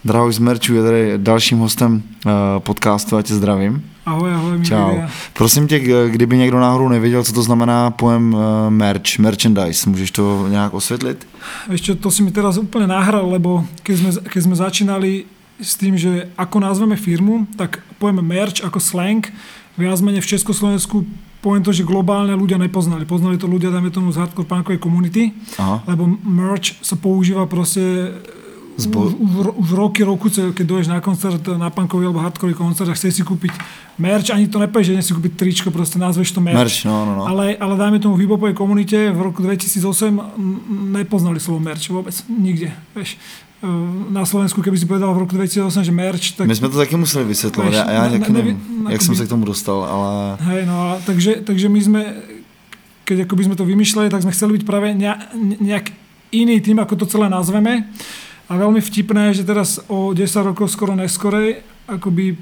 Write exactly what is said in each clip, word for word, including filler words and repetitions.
Drahoš z Merču je tady dalším hostem uh, podcastu a tě zdravím. Ahoj, ahoj. Čau. Prosím tě, kdyby někdo náhodou nevěděl, co to znamená pojem uh, merch, merchandise, můžeš to nějak osvětlit? Ešte, to si mi teraz úplne nahral, lebo keď sme, keď sme začínali s tým, že ako nazveme firmu, tak pojem merch ako slang viac menej v Československu poviem to, že globálne ľudia nepoznali. Poznali to ľudia, dajme tomu z hardcore punkovej komunity, Aha. lebo merch sa používa proste Zbo... už, už roky, roku, keď dojdeš na koncert, na punkový alebo hardcore koncert a chceš si kúpiť merch, ani to nepovieš, že nech si kúpiť tričko, proste nazveš to merch. merch no, no, no. Ale, ale dajme tomu v hip-hopovej komunite v roku dvetisícosem nepoznali slovo merch vôbec, nikde, vieš. Na Slovensku, keby si povedal v roku dvetisícosem, že merch, tak... My jsme to taky museli vysvětlovat, já, já ne, ne, nevím, ne, jak jsem se k tomu dostal, ale... Hej, no a takže, takže my sme, keď akoby sme to vymýšľali, tak sme chceli byť práve nejak iný tým, ako to celé nazveme. A veľmi vtipné, že teraz o desať rokov skoro neskorej, akoby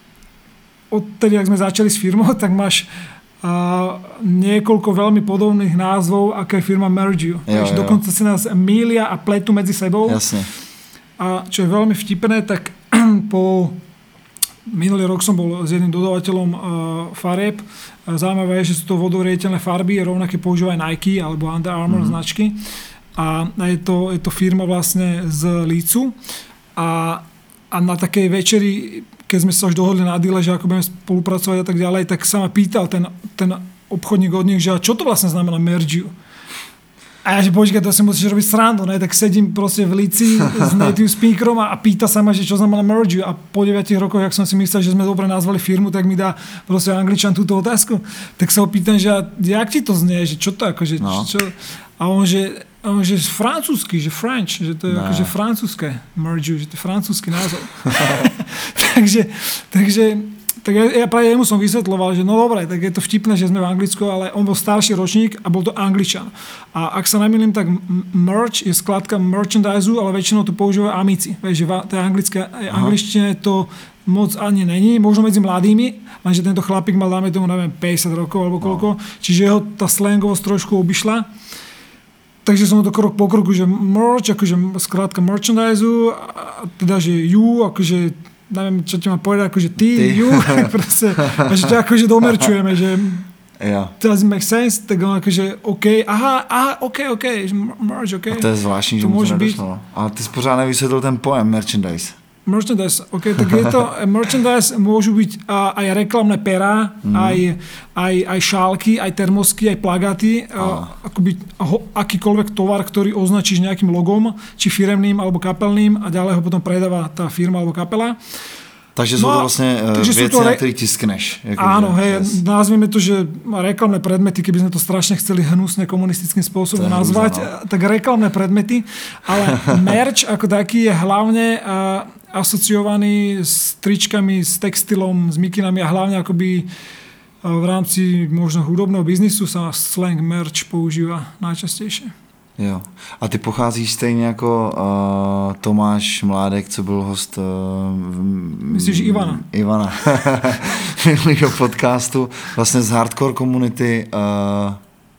odtedy, ak sme začali s firmou, tak máš a niekoľko veľmi podobných názvov, ako je firma Mergiu. Dokonca si nás mýlia a pletu medzi sebou. Jasne. A čo je veľmi vtipné, tak po minulý rok som bol s jedným dodávateľom uh, farieb. Zaujímavé je, že sú to vodoriediteľné farby, rovnaké používajú Nike alebo Under Armour mm-hmm. značky. A je to, je to firma vlastne z Lícu. A, a na takej večeri, keď sme sa už dohodli na díle, že ako budeme spolupracovať a tak ďalej, tak sa ma pýtal ten, ten obchodník od nich, že čo to vlastne znamená Mergiu. A ja že počkaj, to si musíš robiť srandu, ne? Tak sedím proste v Líci s native speakerom a, a pýta sa ma, že čo znamená Mergiu. A po deviatich rokoch, jak som si myslel, že sme dobre nazvali firmu, tak mi dá proste Angličan túto otázku. Tak sa ho pýtam, že jak ti to znie, že čo to akože, no. čo? A on že, on že francúzsky, že French, že to je no. akože francúzske Mergiu, že to je francúzsky názov. takže, takže tak ja, ja práve jemu som vysvetľoval, že no dobre, tak je to vtipné, že sme v Anglicku, ale on bol starší ročník a bol to Angličan. A ak sa nemýlim, tak merch je skladka merchandise, ale väčšinou to používajú amici. Vieš, že v tej anglické, angličtine to moc ani není, možno medzi mladými, lenže tento chlapík mal, dáme tomu, neviem, päťdesiat rokov alebo koľko, no. Čiže jeho tá slangovosť trošku obišla. Takže som to krok po kroku, že merch, akože skladka merchandise, a teda, že you, akože neviem, čo ti mám povedať, akože ty, ty. you, proste, a že to akože domerčujeme, že ja. does it make sense, tak on akože OK, aha, aha, OK, OK, merch, OK. A to je zvláštní, že mu to nedošlo. Ale ty jsi pořád nevysvětlil ten pojem merchandise. Merchandise, OK, tak je to, merchandise môžu byť uh, aj reklamné perá, mm. aj, aj, aj šálky, aj termosky, aj plagáty, uh, akoby ho, akýkoľvek tovar, ktorý označíš nejakým logom, či firemným alebo kapelným a ďalej ho potom predáva tá firma alebo kapela. Takže sú no, to vlastne veci, to re... na ktorých tiskneš. Jako áno, že, hej, yes. nazvime to, že reklamné predmety, keby sme to strašne chceli hnusne komunistickým spôsobom nazvať, hrúza, no. tak reklamné predmety, ale merch ako taký je hlavne uh, asociovaný s tričkami, s textilom, s mikinami a hlavne akoby uh, v rámci možno hudobného biznisu sa slang merch používa najčastejšie. Jo. A ty pocházíš stejně jako uh, Tomáš Mládek, co byl host uh, Myslíš Ivana? Ivana. minulého podcastu, vlastně z hardcore komunity. Uh,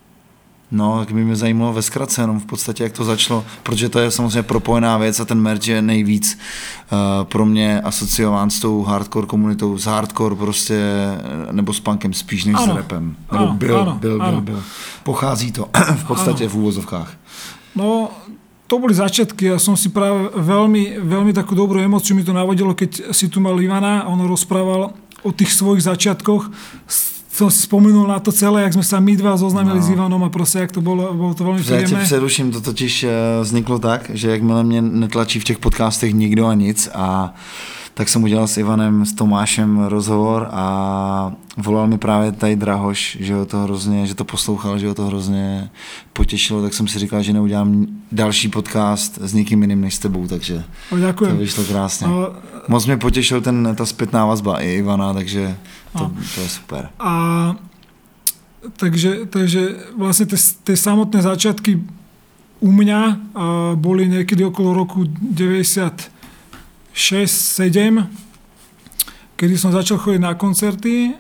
no, tak by mě zajímalo ve zkratce jenom v podstatě, jak to začalo, protože to je samozřejmě propojená věc a ten merch je nejvíc uh, pro mě asociován s tou hardcore komunitou, s hardcore prostě, nebo s punkem spíš než ano. s rapem. Nebo ano, byl, ano, byl, ano. byl, byl. Pochází to v podstatě ano. v úvozovkách. No, to boli začiatky. Ja som si práve veľmi, veľmi takú dobrú emóciu mi to navodilo, keď si tu mal Ivana a on rozprával o tých svojich začiatkoch. Som si spomenul na to celé, jak sme sa my dva zoznámili no. s Ivanom a proste, jak to bolo, bolo to veľmi príjemné. Já tě přeruším, to totiž vzniklo tak, že jakmile mě netlačí v těch podcastech nikdo a nic a tak jsem udělal s Ivanem, s Tomášem rozhovor a volal mi právě tady Drahoš, že ho to hrozně, že to poslouchal, že ho to hrozně potěšilo, tak jsem si říkal, že neudělám další podcast s nikým jiným než s tebou, takže o, to vyšlo krásně. O, Moc mě potěšil ten, ta zpětná vazba i Ivana, takže to, to je super. A takže, takže vlastne tie samotné začiatky u mňa boli niekedy okolo roku deväťdesiatšesť sedem, kedy som začal chodiť na koncerty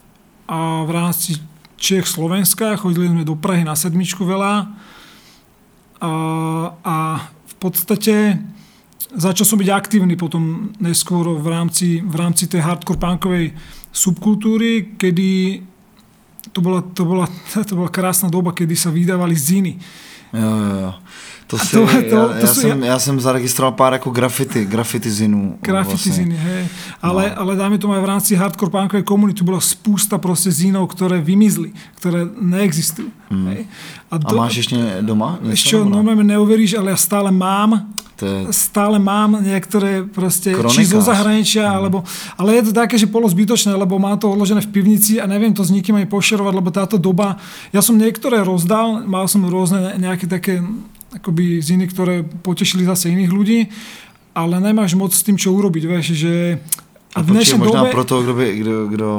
a v rámci Čech Slovenska chodili sme do Prahy na sedmičku veľa a, a v podstate začal som byť aktívny potom neskôr v rámci, v rámci tej hardcore punkovej subkultúry, kedy to bola, to bola, to bola krásna doba, kedy sa vydávali ziny. Jo, jo, jo. To si, to, to, já, to já, sú, jsem, já jsem zaregistroval pár jako graffiti, graffiti zinů. Graffiti vlastně. ziny, hej. Ale, no. ale dáme tomu aj v rámci hardcore punkovej komunity bola spústa proste zinov, ktoré vymizli, ktoré neexistujú. Hmm. Hej. A, do, a máš ešte doma? Ešte, no ne neuveríš, ale ja stále mám je... stále mám niektoré proste, Kronikář. či zo zahraničia, hmm. alebo, ale je to také, že polo zbytočné, lebo mám to odložené v pivnici a neviem to s nikým aj pošerovať, lebo táto doba, ja som niektoré rozdal, mal som rôzne nejaké také akoby ziny, ktoré potešili zase iných ľudí, ale nemáš moc s tým, čo urobiť, vieš, že a v dnešnej možná dobe... pro toho, kdo, by, kdo, kdo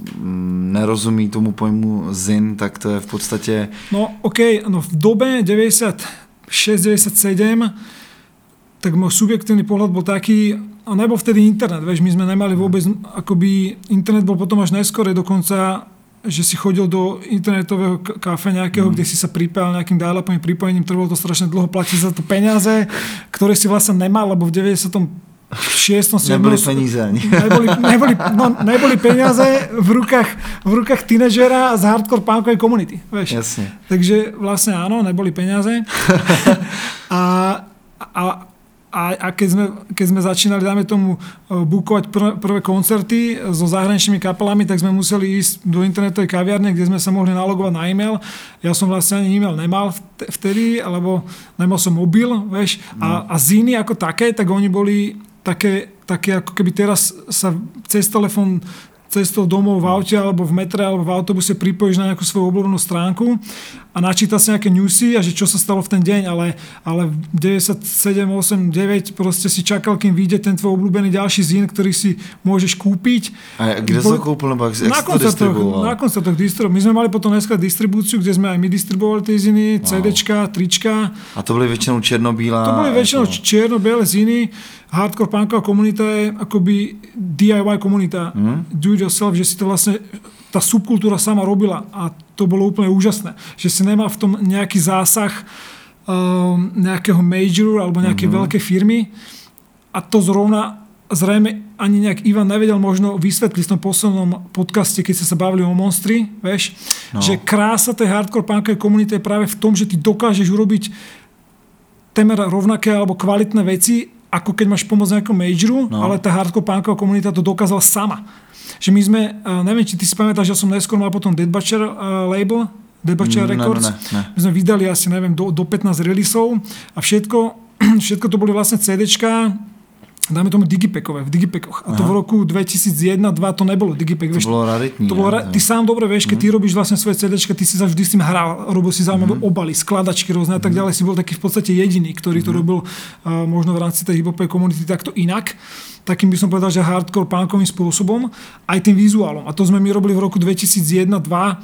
nerozumí tomu pojmu zin, tak to je v podstate... No ok, no v dobe deväťdesiatšesť deväťdesiatsedem tak môj subjektívny pohľad bol taký, a nebol vtedy internet, vieš, my sme nemali vôbec, akoby internet bol potom až neskôr, dokonca že si chodil do internetového kafe nejakého, mm. kde si sa pripájal nejakým dial-upovým pripojením, trvalo to strašne dlho, platiť za to peniaze, ktoré si vlastne nemal, lebo v deväťdesiatom šiestom Neboli peníze ani. Neboli, neboli, no, neboli peniaze v rukách, v rukách tínedžera z hardcore punkovej komunity. Vieš. Jasne. Takže vlastne áno, neboli peniaze. a, a A, a keď, sme, keď sme začínali, dáme tomu, bookovať prvé, prvé koncerty so zahraničnými kapelami, tak sme museli ísť do internetovej kaviarne, kde sme sa mohli nalogovať na e-mail. Ja som vlastne ani e-mail nemal vtedy, alebo nemal som mobil, vieš. No. A, a ziny ako také, tak oni boli také, také ako keby teraz sa cez telefón cestou domov v aute alebo v metre alebo v autobuse pripojíš na nejakú svoju obľúbenú stránku a načíta si nejaké newsy a že čo sa stalo v ten deň, ale, ale v deväťdesiatsedem, osem, deväť proste si čakal, kým vyjde ten tvoj obľúbený ďalší zín, ktorý si môžeš kúpiť. A kde sa kúpil? Nebo jak na koncertoch, na koncertoch distribuoval. My sme mali potom dneska distribúciu, kde sme aj my distribuovali tie ziny, wow. CDčka, trička. A to boli väčšinou čierno-bílá? To boli väčšinou to... čierno-biele ziny. Hardcore punková komunita je akoby dé í vaj komunita, mm. do it yourself, že si to vlastne tá subkultúra sama robila a to bolo úplne úžasné. Že si nemá v tom nejaký zásah um, nejakého majoru alebo nejakej mm-hmm. veľkej firmy a to zrovna zrejme ani nejak Ivan nevedel možno vysvetliť v tom poslednom podcaste, keď ste sa bavili o Monstri, vieš, no. že krása tej hardcore punkovej komunity je práve v tom, že ty dokážeš urobiť témer rovnaké alebo kvalitné veci, ako keď máš pomoc nejakého majoru, no. ale tá hardcore punková komunita to dokázala sama. Že my sme, neviem, či ty si pamätáš, že som neskôr mal potom Dead Butcher uh, label, Dead Butcher mm, Records. Ne, ne, ne. My sme vydali asi, neviem, do, do pätnásť releaseov a všetko, všetko to boli vlastne CDčka, dáme tomu digipekové, v digipekoch. A to Aha. v roku dvetisícjeden dva to nebolo digipack. To vieš, bolo raritní. To bolo ra- ty sám dobre vieš, keď mm. ty robíš vlastne svoje CDčka, ty si sa vždy s tým hral, robil si zaujímavé mm. obaly, skladačky rôzne a tak ďalej. Si bol taký v podstate jediný, ktorý to mm. robil uh, možno v rámci tej hip-hopovej komunity takto inak. Takým by som povedal, že hardcore punkovým spôsobom, aj tým vizuálom. A to sme my robili v roku dvetisícjeden dva,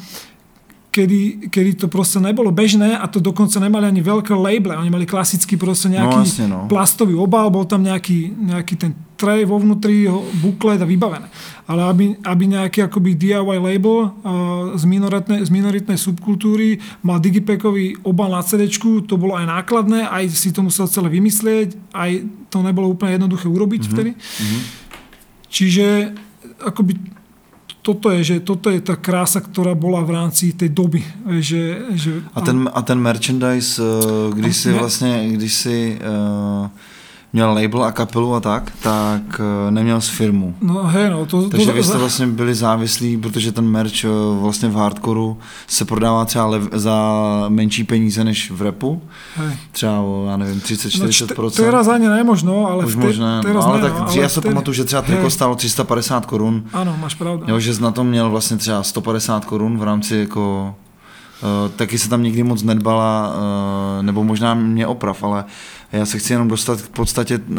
kedy, kedy to proste nebolo bežné a to dokonca nemali ani veľké labele. Oni mali klasický proste nejaký no, vlastne, no. plastový obal, bol tam nejaký, nejaký ten tray vo vnútri, buklet a vybavené. Ale aby, aby nejaký akoby dé í vaj label uh, z, minoritnej, z minoritnej subkultúry mal digipackový obal na CDčku, to bolo aj nákladné, aj si to musel celé vymyslieť, aj to nebolo úplne jednoduché urobiť mm-hmm. vtedy. Mm-hmm. Čiže akoby toto je, že toto je tá krása, ktorá bola v rámci tej doby. Že, že, a, ten, a ten merchandise, když si vlastně, když si uh, měl label a kapelu a tak, tak uh, neměl s firmu. No hej, no. To, Takže to, vy jste vlastně byli závislí, protože ten merch uh, vlastně v hardcoreu se prodává třeba lev, za menší peníze než v rapu. Hej. Třeba o, já nevím, třicet až čtyřicet procent. No, teraz ani nemožno, ale už v te, možné, teraz no, ale ne, tak no, já se vtedy, pamatuju, že třeba triko stálo tři sta padesát korun. Ano, máš pravdu. Jo, že jsi na tom měl vlastně třeba sto padesát korun v rámci jako... Uh, taky se tam nikdy moc nedbala, uh, nebo možná mě oprav, ale já se chci jenom dostat k podstatě uh,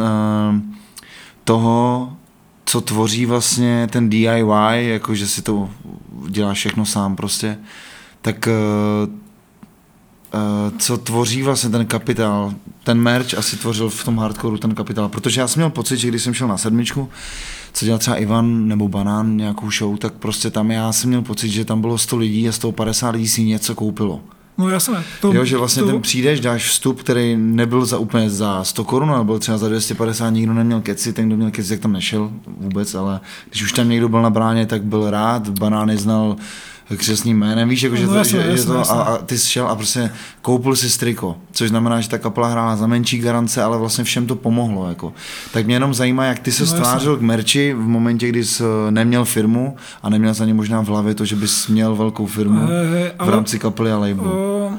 toho, co tvoří vlastně ten dé í vaj, jako že si to děláš všechno sám prostě, tak uh, uh, co tvoří vlastně ten kapitál, ten merch asi tvořil v tom hardcoreu ten kapitál, protože já jsem měl pocit, že když jsem šel na sedmičku, co dělal třeba Ivan nebo Banán nějakou show, tak prostě tam já jsem měl pocit, že tam bylo sto lidí a sto padesát lidí si něco koupilo. No jasné. To, jo, že vlastně to... ten přijdeš, dáš vstup, který nebyl za úplně za sto korun, ale byl třeba za dvě stě padesát, nikdo neměl keci, ten, kdo měl keci, tak tam nešel vůbec, ale když už tam někdo byl na bráně, tak byl rád, banány znal křestním jménem, víš, jako, že, no, to, jasné, že, jasné, že to jasné. a, a ty jsi šel a prostě koupil si triko, což znamená, že ta kapela hrála za menší garance, ale vlastně všem to pomohlo, jako. Tak mě jenom zajímá, jak ty se no, stvářil k merči v momentě, kdy jsi neměl firmu a neměl za ně možná v hlavě to, že bys měl velkou firmu e, v rámci kapely a labelu. O,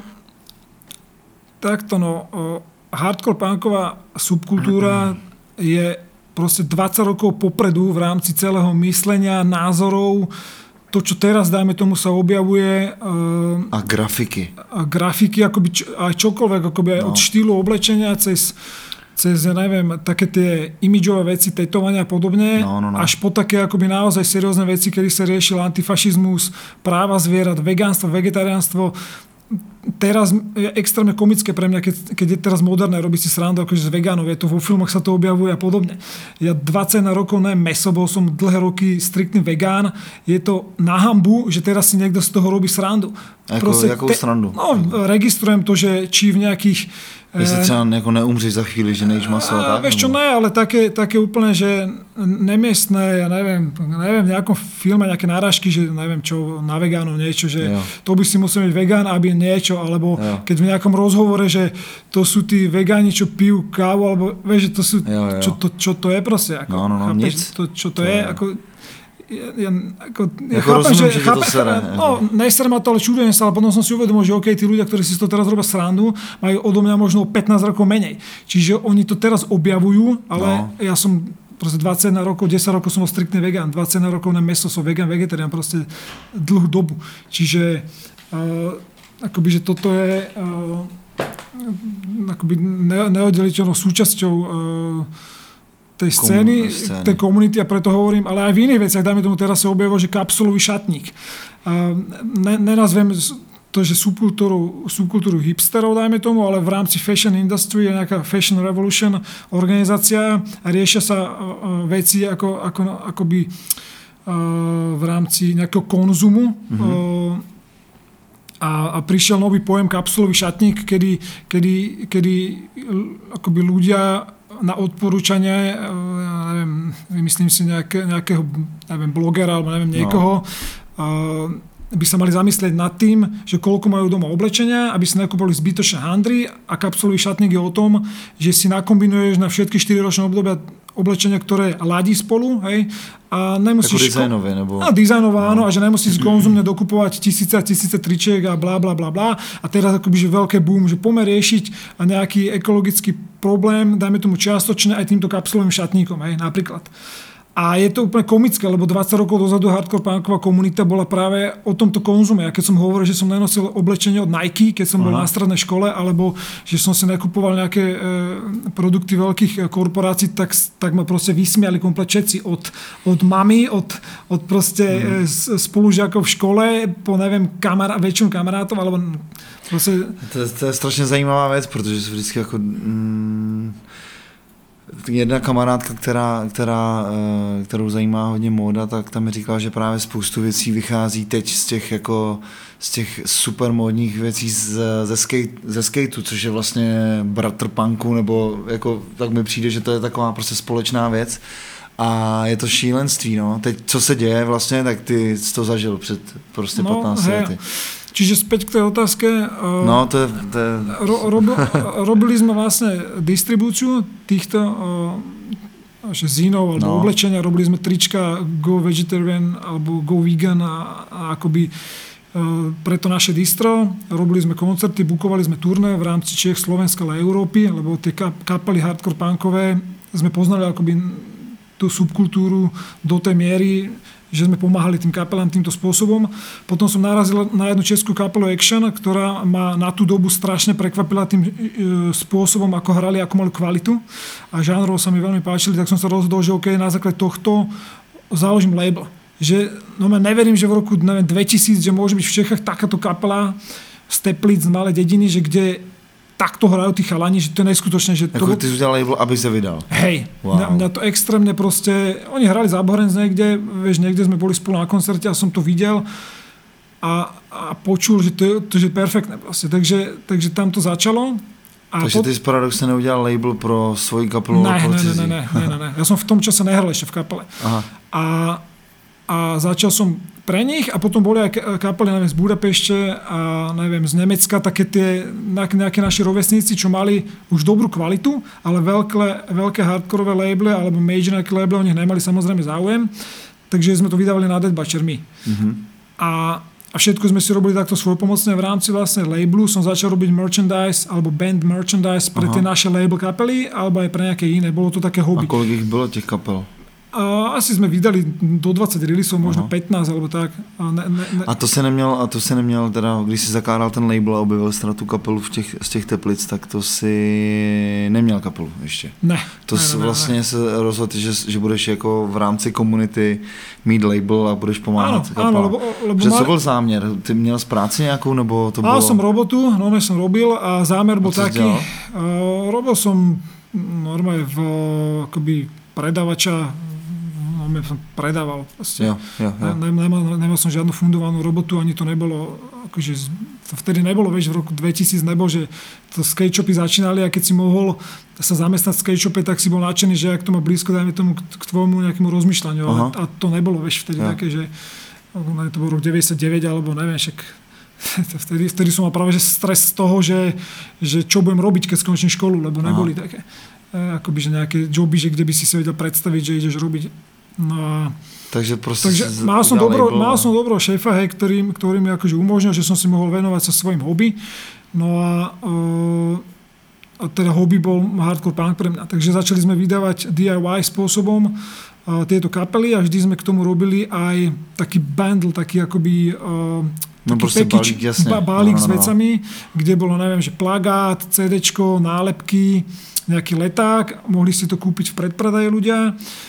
takto no, o, hardcore punková subkultúra je proste dvadsať rokov popredu v rámci celého myslenia, názorov. To, čo teraz, dajme tomu, sa objavuje. Uh, a grafiky. A grafiky, akoby čo, aj čokoľvek, akoby aj no. od štýlu oblečenia cez, cez, ja neviem, také tie imidžové veci, tetovania a podobne, no, no, no. až po také akoby naozaj seriózne veci, kedy sa riešil antifašizmus, práva zvierat, vegánstvo, vegetariánstvo. Teraz je extrémne komické pre mňa, keď, keď je teraz moderné robiť si srandu akože z vegánov, je to vo filmoch sa to objavuje a podobne. Ja dvadsať rokov nejem meso, bol som dlhé roky striktný vegán, je to na hanbu, že teraz si niekto z toho robí srandu. Ako, jakou te, srandu? No, registrujem to, že či v nejakých Jestli třeba jako neumřeš za chvíli, že nejíš maso a tak? Vieš čo, ne, ale také, také úplne, že nemiestné, ja neviem, neviem, v nejakom filme nejaké náražky, že neviem čo, na vegánov niečo, že jo. To by si musel byť vegán, aby niečo, alebo jo. Keď v nejakom rozhovore, že to sú tí vegáni, čo pijú kávu, alebo vieš, že to sú, jo, jo. Čo, to, čo to je proste, ako, no, no, no, chápeš, nic. To, čo to, to je, je, ako Ja, ja, ako, ja jako chápem, rozumiem, že, že chápem, to sere. No, nejsere ma to, ale čudujem sa, ale potom som si uvedomil, že OK, tí ľudia, ktorí si to teraz robia srandu, majú odo mňa možno pätnásť rokov menej. Čiže oni to teraz objavujú, ale no. Ja som proste dvadsaťjeden rokov, desať rokov som bol striktný vegán, dvadsaťjeden rokov na meso, som vegán, vegetarián proste dlhú dobu. Čiže uh, akoby, že toto je uh, akoby ne, neoddeliteľnou súčasťou uh, tej scény, scény, tej komunity, a preto hovorím, ale aj v iných veciach, dajme tomu teraz sa objavilo, že kapsulový šatník. Ne, nenazvem to, že subkultúru, subkultúru hipsterov, dajme tomu, ale v rámci fashion industry je nejaká fashion revolution organizácia a riešia sa veci ako, ako, akoby v rámci nejakého konzumu. Mm-hmm. A, a prišiel nový pojem kapsulový šatník, kedy, kedy, kedy akoby ľudia na odporúčanie, neviem, vymyslím si nejaké, nejakého neviem, blogera alebo neviem, niekoho, no. by sa mali zamyslieť nad tým, že koľko majú doma oblečenia, aby si nekúpili zbytočné handry, a kapsulový šatník je o tom, že si nakombinuješ na všetky štyriročné obdobia oblečenia, ktoré ladí spolu, hej, a nemusíš... Ako dizajnové, nebo... A dizajnové, áno, a že nemusíš konzumne dokupovať tisíce a tisíce tričiek a blá, blá, blá, blá. A teraz akoby, že veľké boom, že pomer riešiť a nejaký ekologický problém, dajme tomu čiastočne aj týmto kapsulovým šatníkom, hej, napríklad. A je to úplne komické, lebo dvadsať rokov dozadu hardcore punková komunita bola práve o tomto konzume. Ja keď som hovoril, že som nenosil oblečenie od Nike, keď som Aha. bol na strednej škole, alebo že som si nekupoval nejaké e, produkty veľkých korporácií, tak, tak ma proste vysmiali komplet všetci. Od, od mami, od, od proste mm. e, spolužiakov v škole, po neviem, kamará, väčšinu kamarátov, alebo proste... To, to je strašně zajímavá věc, protože se vždycky jako... Mm, jedna kamarádka, která, která, kterou zajímá hodně móda, tak tam mi říkala, že právě spoustu věcí vychází teď z těch, jako, z těch super módních věcí z, ze, skate, ze skateu, což je vlastně bratr punku, nebo jako, tak mi přijde, že to je taková prostě společná věc. A je to šílenství, no. Teď, co se děje vlastně, tak ty jsi to zažil před prostě no, pätnástimi lety. Čiže späť k tej otázke. No, to je... To je... Ro, rob, robili sme vlastne distribúciu týchto že zínov alebo no. oblečenia. Robili sme trička Go Vegetarian alebo Go Vegan a, a akoby pre to naše distro. Robili sme koncerty, bukovali sme turné v rámci Čech, Slovenska, ale Európy, lebo tie kapely hardcore punkové sme poznali akoby tú subkultúru do tej miery, že sme pomáhali tým kapelám týmto spôsobom. Potom som narazil na jednu českú kapelu Action, ktorá ma na tú dobu strašne prekvapila tým e, spôsobom, ako hrali, ako mali kvalitu. A žánrovo sa mi veľmi páčili, tak som sa rozhodol, že OK, na základe tohto založím label. Že, no ja neverím, že v roku neviem, dvetisíc, že môže byť v Čechách takáto kapela z Teplíc, z malej dediny, že kde takto hrajú tí chalani, že to je neskutočné. Že to... Jako ty jsi udělal label, aby se vydal. Hej, wow. mňa, mňa to extrémne proste, oni hrali za Bohrenc niekde, vieš, niekde sme boli spolu na koncerte a som to videl a, a počul, že to, to je perfektné prostě. Takže, takže tam to začalo. A takže pot... ty jsi paradoxně neudělal label pro svoji kapelu? Ne, ne, ne, ne, ne, ne, ne. Ja som v tom čase nehral ešte v kapele. Aha. A, a začal som pre nich a potom boli aj kapely, neviem, z Budapešte a neviem, z Nemecka, také tie nejaké naši rovesníci, čo mali už dobrú kvalitu, ale veľké, veľké hardkorové labely alebo major nejaké labely, o nich nemali samozrejme záujem, takže sme to vydávali na Dead Butcher my. Mm-hmm. A A všetko sme si robili takto svojpomocne v rámci vlastne labelu. Som začal robiť merchandise alebo band merchandise pre Aha. tie naše label kapely alebo aj pre nejaké iné. Bolo to také hobby. A kolik ich bylo těch kapel? A asi sme vydali do dvadsať releaseov, možno Aha. pätnásť alebo tak. A, ne, ne, ne. a to si neměl, a to si neměl teda, když si zakládal ten label a objevil jsi tu kapelu v těch, z těch Teplic, tak to si neměl kapelu ještě. Ne. To ne, jsi ne, vlastně ne. se rozhodl, že, že budeš jako v rámci komunity mít label a budeš pomáhat kapelám. Áno, lebo, lebo že mal... co byl záměr? Ty měl z práci nějakou, nebo to bylo? Mal som robotu, normálne som robil a zámer bol taký, uh, robil som normálne v akoby predavača, no, som predával. Jo, jo, jo. Ne, nemal, nemal som žiadnu fundovanú robotu, ani to nebolo, akože to vtedy nebolo, vieš, v roku dvetisíc nebolo, že to skate shopy začínali a keď si mohol sa zamestnať v skate shope, tak si bol nadšený, že ak to má blízko, dajme tomu k tvojmu nejakému rozmýšľaniu. A, a to nebolo, vieš, vtedy ja. také, že to bol rok deväťdesiatdeväť, alebo neviem, však vtedy, vtedy som mal práve že stres z toho, že, že čo budem robiť, keď skončím školu, lebo neboli Aha. také akoby, že nejaké joby, že kde by si si vedel predstaviť, že ideš robiť. No a takže proste takže mal som, dobro, mal som dobrého šéfa, hej, ktorý, ktorý mi akože umožnil, že som si mohol venovať sa svojim hobby. No a, uh, a teda hobby bol hardcore punk pre mňa. Takže začali sme vydávať dé í vaj spôsobom uh, tieto kapely a vždy sme k tomu robili aj taký bundle, taký akoby uh, no taký package, balík, jasne. balík no, no, no. s vecami, kde bolo, neviem, že plagát, cédečko, nálepky, nejaký leták, mohli si to kúpiť v predpredaji ľudia.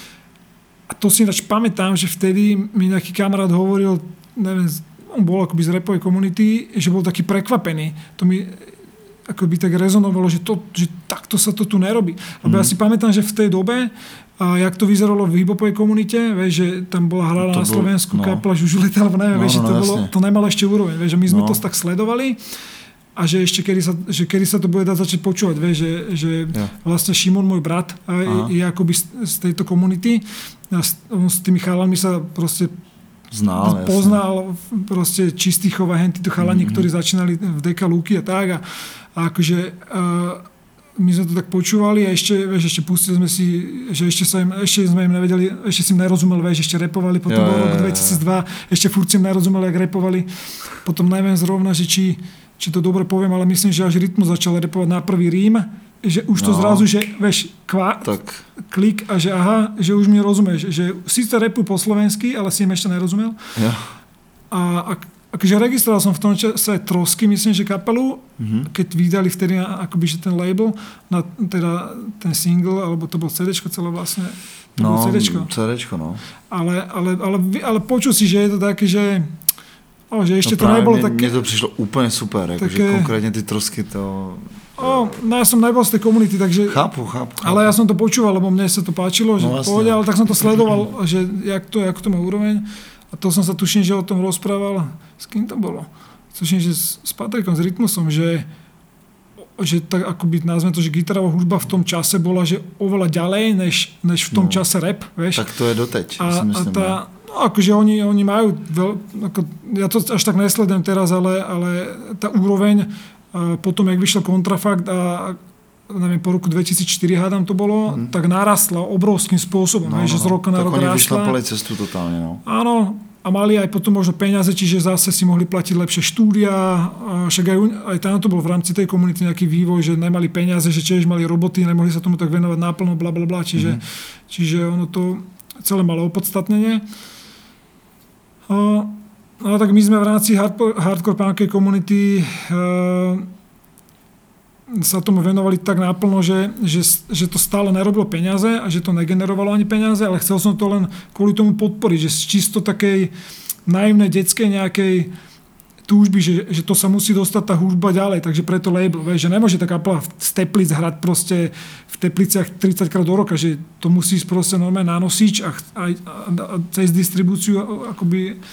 A to si ináč pamätám, že vtedy mi nejaký kamarát hovoril, neviem, on bol akoby z rapovej komunity, že bol taký prekvapený. To mi akoby tak rezonovalo, že, to, že takto sa to tu nerobí. Lebo mm. ja si pamätám, že v tej dobe, a jak to vyzeralo v hip-hopovej komunite, vieš, že tam bola hrala na Slovensku, no. kapla Žužuleta, alebo neviem, no, vieš, no, že to, no, bolo, to nemalo ešte úroveň. Vieš, že my sme no. to tak sledovali a že ešte kedy sa, že kedy sa to bude dať začať počúvať, vieš, že, že ja. vlastne Šimon, môj brat, je, je akoby z, z tejto komunity. A s, on s tými chalami sa proste Znal, poznal jasne. Proste Čistýchov a hentíto chalani, mm-hmm. ktorí začínali v Deka Luky a tak a, a akože uh, my sme to tak počúvali a ešte, vieš, ešte pustili sme si, že ešte, sa im, ešte sme im nevedeli, ešte si im nerozumel, vieš, ešte repovali, potom bol rok dvetisícdva, ešte furt si im nerozumeli, jak repovali, potom neviem zrovna, že či, či to dobre poviem, ale myslím, že až Rytmus začal repovať na prvý rím, že už to no. zrazu, že vieš, kvá, klik a že aha, že už mi rozumieš, že síce repuj po slovensky, ale si im ešte nerozumel. Ja. A, a akože registroval som v tom čase Trosky, myslím, že kapelu, mm-hmm. keď vydali vtedy akoby, že ten label, na, teda ten single, alebo to bol cédečko celé vlastne. To no, cédečko. cédečko, no. Ale, ale, ale, ale počul si, že je to také, že o, že ešte no to nebolo také... Mne to prišlo úplne super, také, akože konkrétne ty Trosky to... O, no ja som nebol z tej komunity, takže... Chápu, chápu, chápu. Ale ja som to počúval, lebo mne sa to páčilo, že no, pohode, ale tak som to sledoval, že jak to, jak to má úroveň. A to som sa tuším, že o tom rozprával. S kým to bolo? Tuším, že s, s Patrikom, s Rytmusom, že, že tak akoby nazvem to, že gitarová hudba v tom čase bola, že oveľa ďalej, než, než v tom no, čase rap, vieš. Tak to je doteď, a, si myslím. A tá, no akože oni, oni majú, veľ, ako, ja to až tak nesledujem teraz, ale, ale tá úroveň a potom, jak vyšiel Kontrafakt a neviem, po roku dvetisícštyri hádam to bolo, hmm. tak narastla obrovským spôsobom, no, že z roka na rok rástla. Tak oni vyšlapali cestu totálne, no. Áno, a mali aj potom možno peniaze, čiže zase si mohli platiť lepšie štúdia, však aj, aj tam to bol v rámci tej komunity nejaký vývoj, že nemali peniaze, že tiež mali roboty, nemohli sa tomu tak venovať náplno, blablabla, čiže, hmm. čiže ono to celé malo opodstatnenie. A, no tak my sme v rámci hardcore, hardcore punkej komunity e, sa tomu venovali tak náplno, že, že, že to stále nerobilo peniaze a že to negenerovalo ani peniaze, ale chcel som to len kvôli tomu podporiť, že z čisto takej naivnej detskej nejakej túžby, že, že to sa musí dostať tá hudba ďalej, takže preto label, vieš, že nemôže tá kapela z Teplic hrať proste v Tepliciach tridsaťkrát do roka, že to musí ísť proste normálne na nosič a, a, a, a cez distribúciu akoby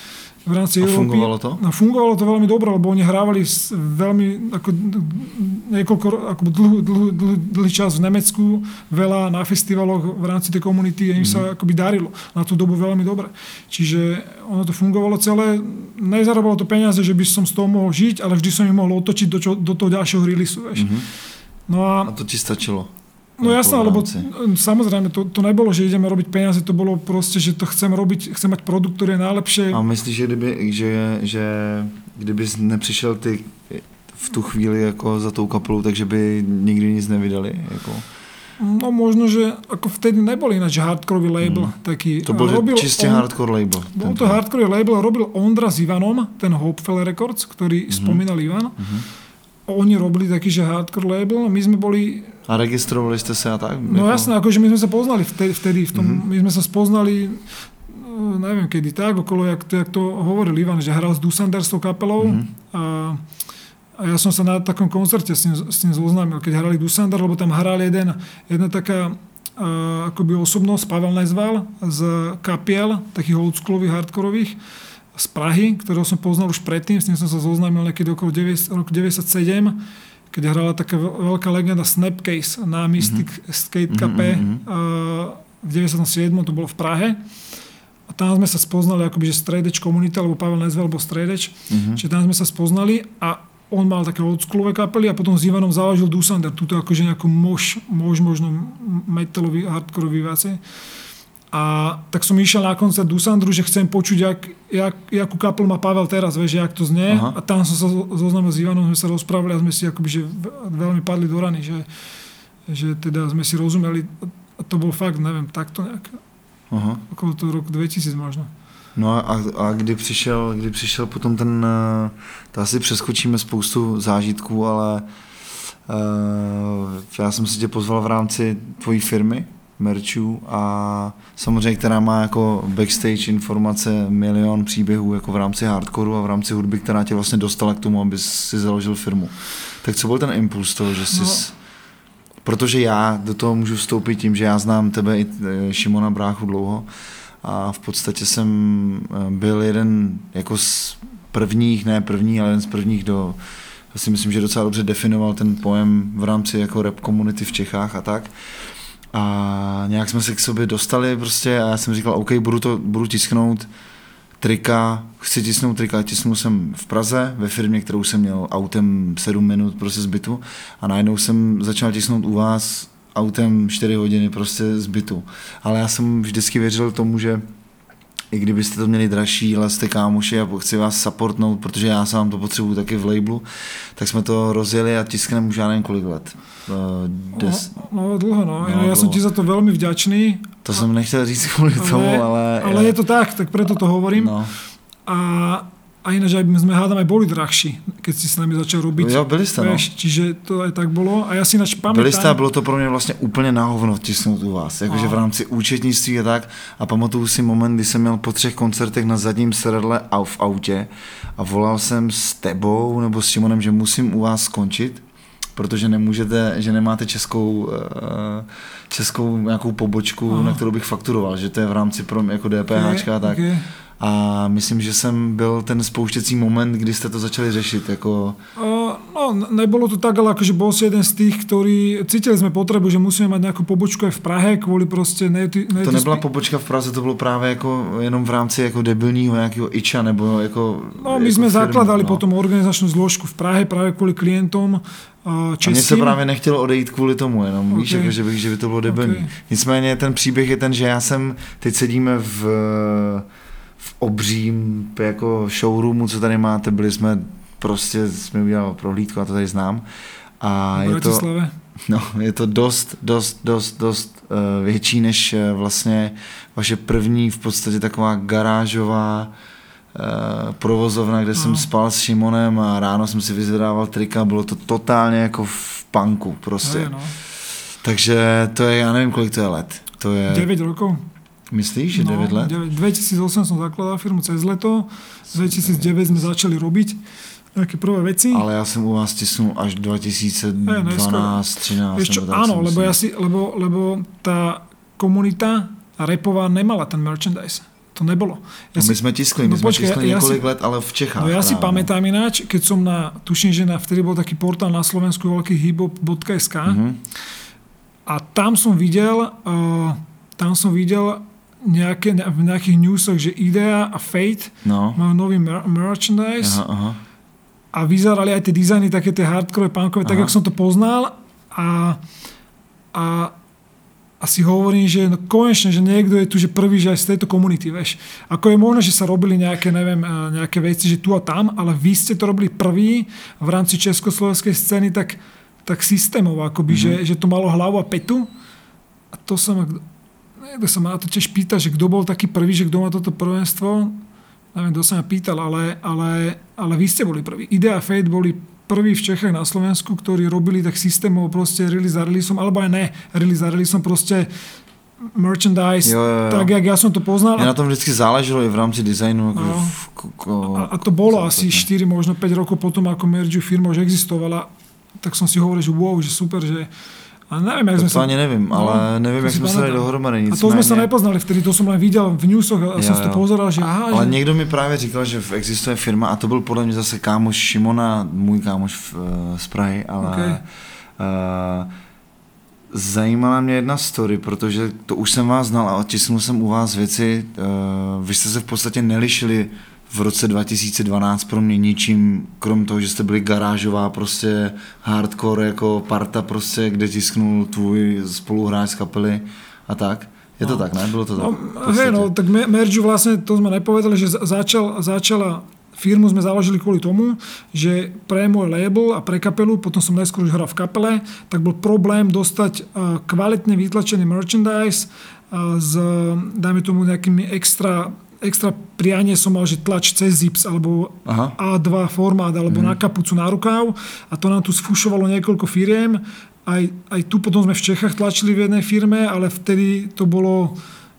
v rámci a Európy. fungovalo to? A fungovalo to veľmi dobre, lebo oni hrávali veľmi ako, niekoľko, ako dlhý, dlhý, dlhý, dlhý čas v Nemecku, veľa na festivaloch v rámci tej komunity a im mm. sa akoby darilo. Na tú dobu veľmi dobre. Čiže ono to fungovalo celé. Nezarobalo to peniaze, že by som z toho mohol žiť, ale vždy som ich mohol otočiť do, čo, do toho ďalšieho releaseu. Mm-hmm. No a, a to ti stačilo? No jasné, lebo samozrejme to, to nebolo, že ideme robiť peniaze, to bolo proste, že to chcem robiť, chcem mať produkt, ktorý je najlepšie. A myslíš, že kdyby, že, že kdybys nepřišel ty v tu chvíli jako za tou kapelou, takže by nikdy nic nevydali? Jako? No možno, že ako vtedy nebol ináč hardcoreový label. Hmm. Taký, to bol robil čiste on, hardcore label. Bol to hardcoreový label, robil Ondra s Ivanom, ten Hopefell Records, ktorý hmm. spomínal Ivan. Hmm. Oni robili taký, že hardcore label, my sme boli... A registrovali ste sa a tak? No jasné, akože my sme sa poznali vtedy, vtedy v tom, mm-hmm. my sme sa spoznali, neviem kedy tak, okolo, jak to, jak to hovoril Ivan, že hral s Dusander s tou kapelou mm-hmm. a, a ja som sa na takom koncerte s ním, s ním zoznámil, keď hrali Dusander, lebo tam hral jeden, jedna taká a, akoby osobnosť, Pavel Nezval z kapiel, takých oldschoolových, hardcoreových, z Prahy, ktorého som poznal už predtým, s ním som sa zoznámil niekedy okolo roku deväťdesiatsedem, keď hrala taká veľká legenda Snapcase na Mystic mm-hmm. Skate Cafe mm-hmm. v deväťdesiatom siedmom to bolo v Prahe. A tam sme sa spoznali akoby, že straight edge komunita, lebo Pavel Nezval bol straight edge. Mm-hmm. Čiže tam sme sa spoznali a on mal také oldschoolové kapely a potom s Ivanom založil Dusander. Tuto akože nejakú mož, mož možno metalový, hardcoreový veci. A tak som išiel na koncert Dusandru, že chcem počuť, jak, jak, jakú kapelu má Pavel teraz, vieš, jak to znie. Aha. A tam som sa zoznámil s Ivanom, sme sa rozprávali a sme si akoby, že veľmi padli do rany, že, že teda sme si rozumeli. A to bol fakt, neviem, takto nejak. Aha. Okolo toho roku dvetisíc možno. No a, a kdy přišel, kdy přišel potom ten, to asi přeskočíme spoustu zážitků, ale uh, já jsem si tě pozval v rámci tvojí firmy, merčů a samozřejmě, která má jako backstage informace, milion příběhů jako v rámci hardcoreu a v rámci hudby, která tě vlastně dostala k tomu, aby si založil firmu. Tak co byl ten impuls toho, že jsi... No. Protože já do toho můžu vstoupit tím, že já znám tebe i Šimona Bráchu dlouho a v podstatě jsem byl jeden jako z prvních, ne první, ale jeden z prvních, do, já si myslím, že docela dobře definoval ten pojem v rámci jako rap komunity v Čechách a tak. A nějak jsme se k sobě dostali prostě a já jsem říkal, OK, budu, to, budu tisknout trika, chci tisknout trika, tisknul jsem v Praze ve firmě, kterou jsem měl autem sedm minut prostě z bytu a najednou jsem začal tisknout u vás autem čtyři hodiny prostě z bytu. Ale já jsem vždycky věřil tomu, že i kdybyste to měli dražší, ale jste kámoši a chci vás supportnout, protože já sám to potřebuju taky v labelu, tak jsme to rozjeli a tiskneme už já nevím kolik let. Des... No, no dlho, no. no ja som ti za to veľmi vďačný. To a... som nechcel říct kvôli ale, tomu, ale... Ale je to tak, tak preto to hovorím. No. A, a ináč aj sme hádam aj boli drahší, keď si s nami začal robiť. Jo, byli ste, no. Čiže to aj tak bolo. A ja si ináč pamätám... Byli ste a bylo to pro mě vlastně úplně na hovno tisknout u vás. Jakože v rámci účetnictví a tak. A pamatuju si moment, kdy jsem měl po třech koncertech na zadním sedadle a v autě a volal jsem s tebou nebo s Šimonem, že musím u vás skončit, protože nemůžete, že nemáte českou, českou nějakou pobočku, aha, na kterou bych fakturoval, že to je v rámci pro jako DPHčka a tak. Okay. A myslím, že jsem byl ten spouštěcí moment, kdy jste to začali řešit. Jako... Uh, no, nebolo to tak, ale akože bol si jeden z tých, ktorí cítili sme potrebu, že musíme mať nejakú pobočku aj v Prahe, kvôli proste... Neti, neti to nebyla pobočka v Praze, to bylo právě jako jenom v rámci jako debilního nějakého iča, nebo jako... No, my jako sme firmy, zakladali no. potom organizačnú zložku v Prahe práve kvôli klientom českým. A mně se právě nechtělo odejít kvůli tomu, jenom okay. Víš, jako, že, by, že by to bylo debilní. Okay. Nicméně ten příběh je ten, že já jsem, teď sedíme v... v obřím jako showroomu, co tady máte, byli jsme prostě, jsme udělali prohlídku a to tady znám. A je to, no, je to dost, dost, dost, dost uh, větší než uh, vlastně vaše první v podstatě taková garážová uh, provozovna, kde no. jsem spal s Šimonem a ráno jsem si vyzvedával trika, bylo to totálně jako v punku prostě. No, je, no. Takže to je, já nevím, kolik to je let. To je... deväť rokov. Myslíš, že deväť no, let? dvetisícosem som zakladal firmu cez leto, dvetisícdeväť sme začali robiť nejaké prvé veci. Ale ja som u vás tisnul až dvetisícdvanásť třináct. Vieš čo, áno, lebo, ja si, lebo, lebo tá komunita repová nemala ten merchandise. to nebolo. Ja no my si, sme tiskli, my no, sme počkej, tiskli ja, niekoľko ja let, ale v Čechách. No ja práve. Si pamätám ináč, keď som na, tuším, že na, vtedy bol taký portál na Slovensku veľký hiphop bodka es ká mm-hmm. a tam som videl, uh, tam som videl nejaké, v nejakých newsoch, že Idea a Fate no. majú nový mer- merchandise aha, aha. a vyzerali aj tie dizajny, také tie hardcore, punkové, tak, ako som to poznal a, a A si hovorím, že no konečne, že niekto je tu, že prvý, že aj z tejto komunity, vieš. Ako je možné, že sa robili nejaké, neviem, nejaké veci, že tu a tam, ale vy ste to robili prvý v rámci československej scény tak, tak systémov, akoby, mm-hmm. že, že to malo hlavu a petu. A to sa ma, niekto sa ma na to tiež pýta, že kto bol taký prvý, že kto má toto prvenstvo. Neviem, kto sa ma pýtal, ale, ale, ale vy ste boli prvý. Idea a Fate boli prvý v Čechách na Slovensku, ktorí robili tak systémov proste release za releaseom, alebo aj ne, release za releaseom proste merchandise, jo, jo, jo. Tak jak ja som to poznal. Ja na tom vždycky záležilo i v rámci dizajnu. Ako no. v, ko, a, a to bolo asi štyri, možno päť rokov potom, ako Merge firma už existovala, tak som si hovoril, že wow, že super, že a neviem, jak to sme to sa... ani neviem, ale no, neviem, jak sme sa dali dohromady. A to sme sa nepoznali vtedy, to som len videl v newsoch a jo, som si to pozeral, že aha. Ale že... někdo mi právě říkal, že existuje firma a to byl podle mě zase kámoš Šimona, můj kámoš v, uh, z Prahy, ale okay. uh, zajímala mě jedna story, protože to už jsem vás znal a otisnul jsem u vás věci, uh, vy jste se v podstatě nelišili v roce dva tisíce dvanáct pro mě ničím, krom toho, že jste byli garážová prostě hardcore jako parta prostě, kde tisknul tvůj spoluhráč z kapely a tak. Je to no. tak, ne? Bylo to tak? No, hej, no, tak Merge vlastne, to sme nepovedali, že začal, začala firmu sme založili kvôli tomu, že pre môj label a pre kapelu, potom som najskôr už hral v kapele, tak bol problém dostať kvalitne vytlačený merchandise s, dajme tomu, nejakými extra extra prianie som mal, že tlač cez zips alebo aha. á dva formát alebo mm. na kapucu, na rukáv a to nám tu sfušovalo niekoľko firiem. Aj, aj tu potom sme v Čechách tlačili v jednej firme, ale vtedy to bolo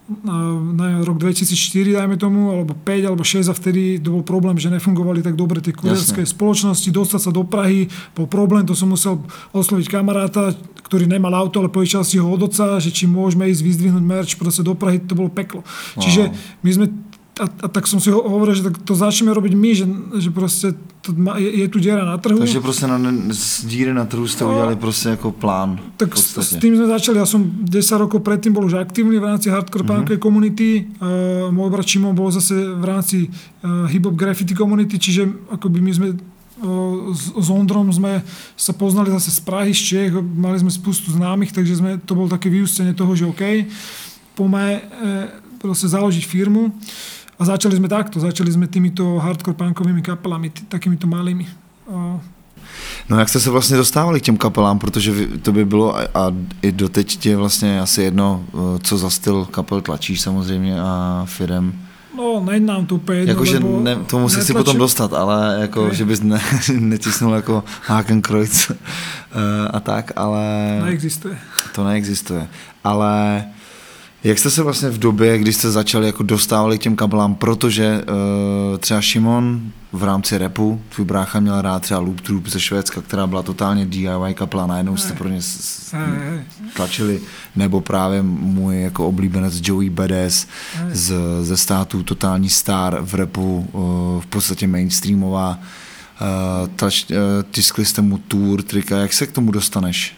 na rok dvetisícštyri, dajme tomu, alebo päť, alebo šesť a vtedy to bol problém, že nefungovali tak dobre tie kurierské spoločnosti. Dostať sa do Prahy bol problém, to som musel osloviť kamaráta, ktorý nemal auto, ale požičal si ho od oca, že či môžeme ísť vyzdvihnúť merch proste do Prahy, to bolo peklo. Wow. Čiže my sme A, a tak som si hovoril, že tak to začneme robiť my, že, že proste to má, je, je tu diera na trhu. Takže proste na, z díry na trhu ste no, udělali proste ako plán. Tak s, s tým sme začali, ja som desať rokov predtým bol už aktívny v rámci hardcore mm-hmm. punkovej komunity. Uh, môj brat Šimon bol zase v rámci uh, hip-hop graffiti komunity, čiže akoby my sme uh, s, s Ondrom sme sa poznali zase z Prahy, z Čech, mali sme spustu známych, takže sme, to bol také vyústenie toho, že OK, poďme uh, proste založiť firmu. A začali sme takto, začali sme týmito hardcore punkovými kapelami, t- takýmito malými. Uh. No jak jste se vlastně dostávali k těm kapelám, protože to by bylo a, a i doteď tě vlastně asi jedno, co za styl kapel tlačíš samozřejmě a firem. No, nejde nám to úplně jedno, jakože ne, tomu se chci potom dostat, ale jako, okay. že bys ne, netisnul jako Hakenkreuz uh, a tak, ale... Neexistuje. To neexistuje, ale... Jak jste se vlastně v době, kdy jste začali, jako dostávali k těm kapelám, protože uh, třeba Šimon v rámci rapu, tvůj brácha měl rád třeba Loop Troop ze Švédska, která byla totálně D I Y kapela, najednou jste pro ně s, s, tlačili, nebo právě můj jako oblíbenec Joey Badass z, ze států, totální star v rapu, uh, v podstatě mainstreamová, uh, tlač, uh, tiskli jste mu tour, trika, jak se k tomu dostaneš?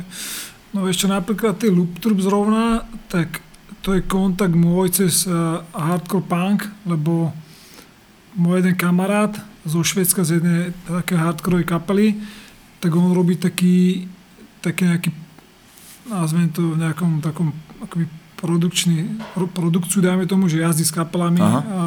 No ešte napríklad ty Loop Troop zrovna, tak to je kontakt môj cez uh, hardcore punk, lebo môj jeden kamarát zo Švédska z jednej také hardcore kapely, tak on robí taký, taký nejaký, nazvem to v nejakom takom akoby produkčný, produkciu, dajme tomu, že jazdí s kapelami aha. a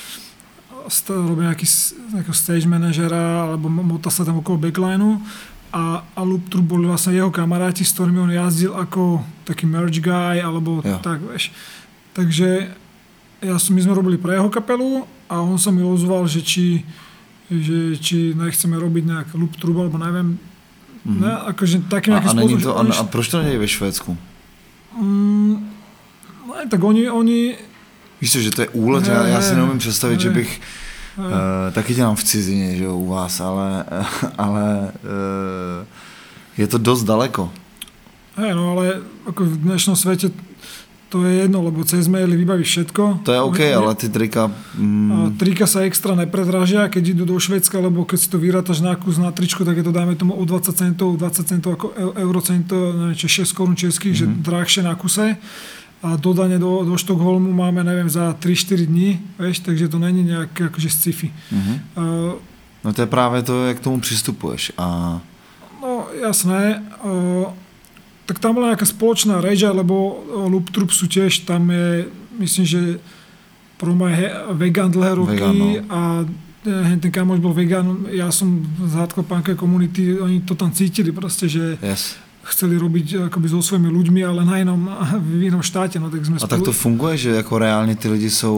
st- robí nejaký, nejakého stage manažera alebo mota sa tam okolo backlineu. A, a Loop Troop boli vlastne jeho kamaráti, s ktorými on jazdil ako taký merch guy, alebo jo. tak, vieš. Takže ja som, my sme robili pre jeho kapelu a on sa mi ozval, že či, že, či nechceme robiť nejak Loop Troop, alebo neviem. Mm-hmm. Ne, akože taký nejaký a, a, spôsob, to, a, a proč to nejde ve Švédsku? Mm, no, tak oni... oni víš co, že to je úlet, já, já si neumím představit, že bych... Uh, taky dělám v cizině, že jo, u vás, ale, ale uh, je to dost daleko. Hej, no ale ako v dnešnom svete To je jedno, lebo cez maily vybaví všetko. To je OK, ne, ale ty trika... Mm. Trika sa extra nepredražia, keď idú do Švédska, lebo keď si to vyrátaš na kus na tričko, tak je to dáme tomu o dvadsať centov, dvadsať centov ako eurocentov, neviem, či šesť korún českých, mm-hmm. že drahšie na kuse. A dodanie do, do Štokholmu máme, neviem, za tri štyri dní, vieš, takže to není nejaké akože sci-fi. Mm-hmm. Uh, no to je práve to, jak k tomu přistupuješ. A... No jasné, uh, tak tam bola nejaká spoločná reč, lebo Loop Troop sú tiež, tam je, myslím, že Promo je vegan dlhé roky vegan, no. A ten kamoš bol vegan, ja som z hardcore punkovej komunity, oni to tam cítili proste, že yes. chceli robiť akoby so svojimi ľuďmi, ale na inom, v inom štáte. No, tak sme a spolu... tak to funguje, že jako reálně ty lidi jsou,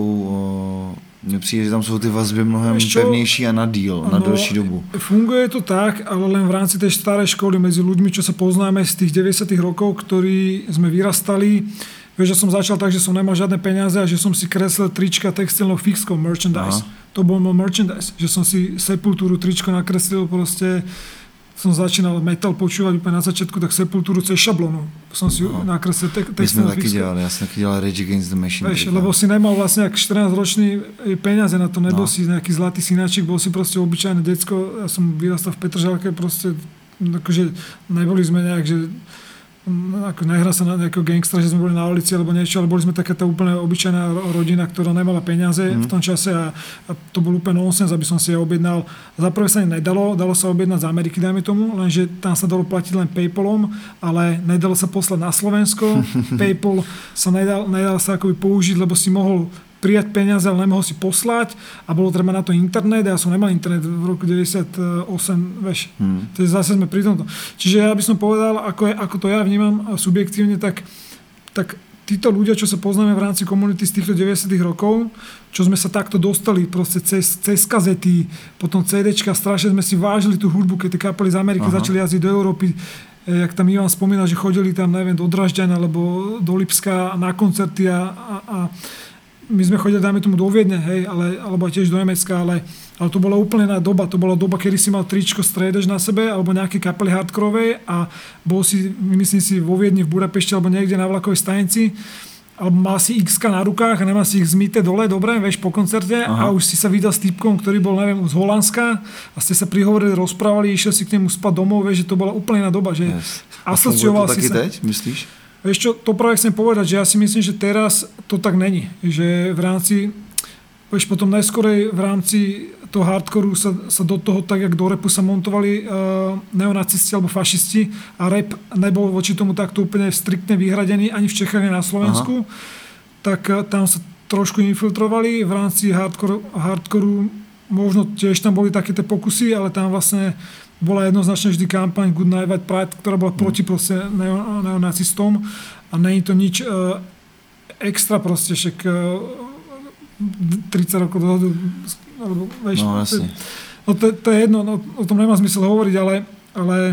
mně přijde, že tam jsou ty vazby mnohem pevnější a na díl, na no, delší dobu. Funguje to tak, ale len v rámci tej starej školy medzi ľuďmi, čo sa poznáme z tých deväťdesiatych rokov, ktorí sme vyrastali. Vieš, že som začal tak, že som nemal žiadne peniaze a že som si kreslil trička textilnou fixkou merchandise. Aha. To bol môj merchandise, že som si Sepultúru tričko nakreslil proste. Som začínal metal počúvať úplne na začiatku, tak Sepultúru cez šablonu. Som si no. nakreslil te- textilnú fixku. My sme taky dělali, ja som taky dělal Rage Against the Machine. Vieš, lebo si nemal vlastne ak štrnásťročný peniaze na to, nebol no. si nejaký zlatý synáčik, bol si proste obyčajné decko. Ja som vyrastal v Petržalke, proste akože neboli sme nejak, že ako nehrá sa na nejakého gangstra, že sme boli na ulici alebo niečo, ale boli sme taká tá úplne obyčajná rodina, ktorá nemala peniaze mm. v tom čase a, a to bol úplne nonsens, aby som si ja objednal. Za prvé sa nedalo, dalo sa objednať z Ameriky, dajme tomu, lenže tam sa dalo platiť len Paypalom, ale nedalo sa poslať na Slovensko. Paypal sa nedal, nedal sa akoby použiť, lebo si mohol prijať peniaze, ale nemohol si poslať a bolo treba na to internet a ja som nemal internet v roku deväťdesiatosem, vieš. Hmm. Takže zase sme pri tomto. Čiže ja by som povedal, ako, je, ako to ja vnímam subjektívne, tak, tak títo ľudia, čo sa poznáme v rámci komunity z týchto deväťdesiatych rokov, čo sme sa takto dostali proste cez, cez kazety, potom CDčka, strašne sme si vážili tú hudbu, keď tie kapely z Ameriky Aha. začali jazdiť do Európy, jak tam Ivan spomínal, že chodili tam, neviem, do Dražďana alebo do Lipska na koncerty a, a, a my sme chodili, dáme tomu, do Viedne, hej, ale, alebo tiež do Nemecka, ale, ale to bola úplne iná doba. To bola doba, kedy si mal tričko Strédež na sebe, alebo nejaké kapely hardkorovej a bol si, myslím si, vo Viedni, v Budapešti, alebo niekde na vlakovej stanici, alebo mal si X-ka na rukách a nemal si ich zmite dole, dobre, vieš, po koncerte. Aha. A už si sa vydal s týpkom, ktorý bol, neviem, z Holandska a ste sa prihovorili, rozprávali, išiel si k nemu spať domov, vieš, že to bola úplne iná doba, že yes. asocioval si sa. Teď, myslíš? Vieš čo, to práve chcem povedať, že ja si myslím, že teraz to tak není. Že v rámci, vieš, potom najskorej v rámci toho hardcoru sa, sa do toho, tak jak do rapu sa montovali uh, neonacisti alebo fašisti a rap nebol voči tomu takto úplne striktne vyhradený ani v Čechách, ani na Slovensku, Aha. tak uh, tam sa trošku infiltrovali. V rámci hardcoru, hardcoru možno tiež tam boli také tie pokusy, ale tam vlastne bola jednoznačne vždy kampaň Good Night White Pride, ktorá bola proti proste neo, neonacistom a není to nič uh, extra proste, však uh, tridsať rokov dozadu, alebo vieš, no, to, no to, to je jedno, no, o tom nemá zmysel hovoriť, ale, ale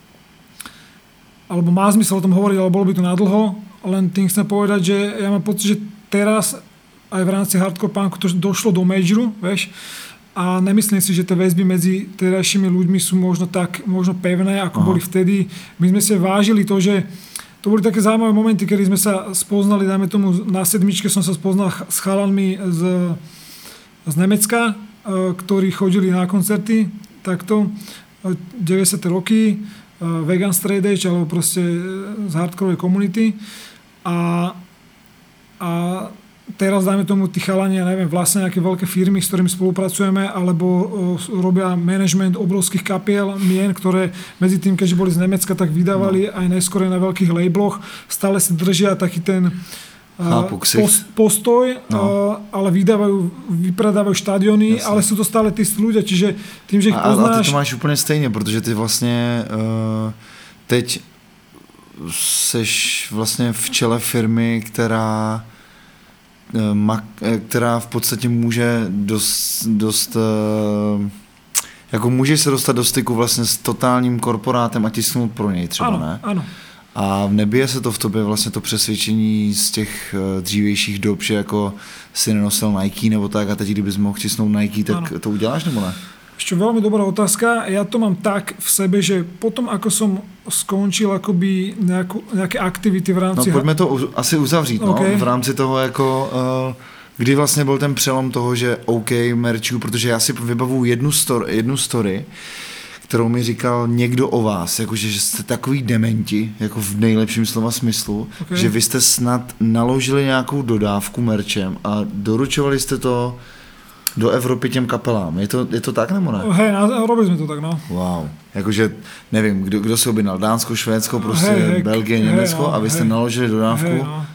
alebo má zmysel o tom hovoriť, ale bolo by to nadlho, len tým chcem povedať, že ja mám pocit, že teraz aj v rámci hardcore punku to došlo do majoru, vieš, a nemyslím si, že tie väzby medzi terajšími ľuďmi sú možno tak možno pevné, ako Aha. boli vtedy. My sme si vážili to, že to boli také zaujímavé momenty, kedy sme sa spoznali, dajme tomu na sedmičke som sa spoznal s chalanmi z, z Nemecka, ktorí chodili na koncerty takto, deväťdesiate roky, Vegan Straight Edge, alebo proste z hardcoreovej komunity. A, a teraz, dajme tomu, tí chalani, ja neviem, vlastne nejaké veľké firmy, s ktorými spolupracujeme, alebo o, robia management obrovských kapiel, mien, ktoré medzi tým, keďže boli z Nemecka, tak vydávali no. aj najskôr na veľkých labloch. Stále si držia taký ten Chápu, post, postoj, no. ale vydávajú, vypredávajú štadiony, Jasne. ale sú to stále tí ľudia, čiže tým, že ich a, poznáš... A ty to máš úplně stejně, protože ty vlastně uh, teď seš vlastně v čele firmy, která která v podstatě může dost, dost jako může se dostat do styku vlastně s totálním korporátem a tisknout pro něj třeba, ano, ne? Ano. A nebije se to v tobě vlastně to přesvědčení z těch dřívějších dob, že jako si nenosil Nike nebo tak a teď kdybys mohl tisnout Nike, tak ano. to uděláš nebo ne? Ešte veľmi dobrá otázka. Ja to mám tak v sebe, že potom, ako som skončil akoby nejakú, nejaké aktivity v rámci... No pojďme to u, asi uzavřít, okay. no, v rámci toho jako... Uh, kdy vlastně byl ten přelom toho, že OK, merčů, protože já si vybavuju jednu story, jednu story, kterou mi říkal někdo o vás, jakože že jste takový dementi, jako v nejlepším slova smyslu, okay. že vy jste snad naložili nějakou dodávku merčem a doručovali jste to do Evropy těm kapelám. Je to, je to tak, nebo ne? Hej, robili jsme to tak, no. Wow. Jakože, nevím, kdo, kdo se objednal, Dánsko, Švédsko, prostě hey, hey, Belgie, hey, Německo no, a vy jste hey, naložili dodávku. Hey, no.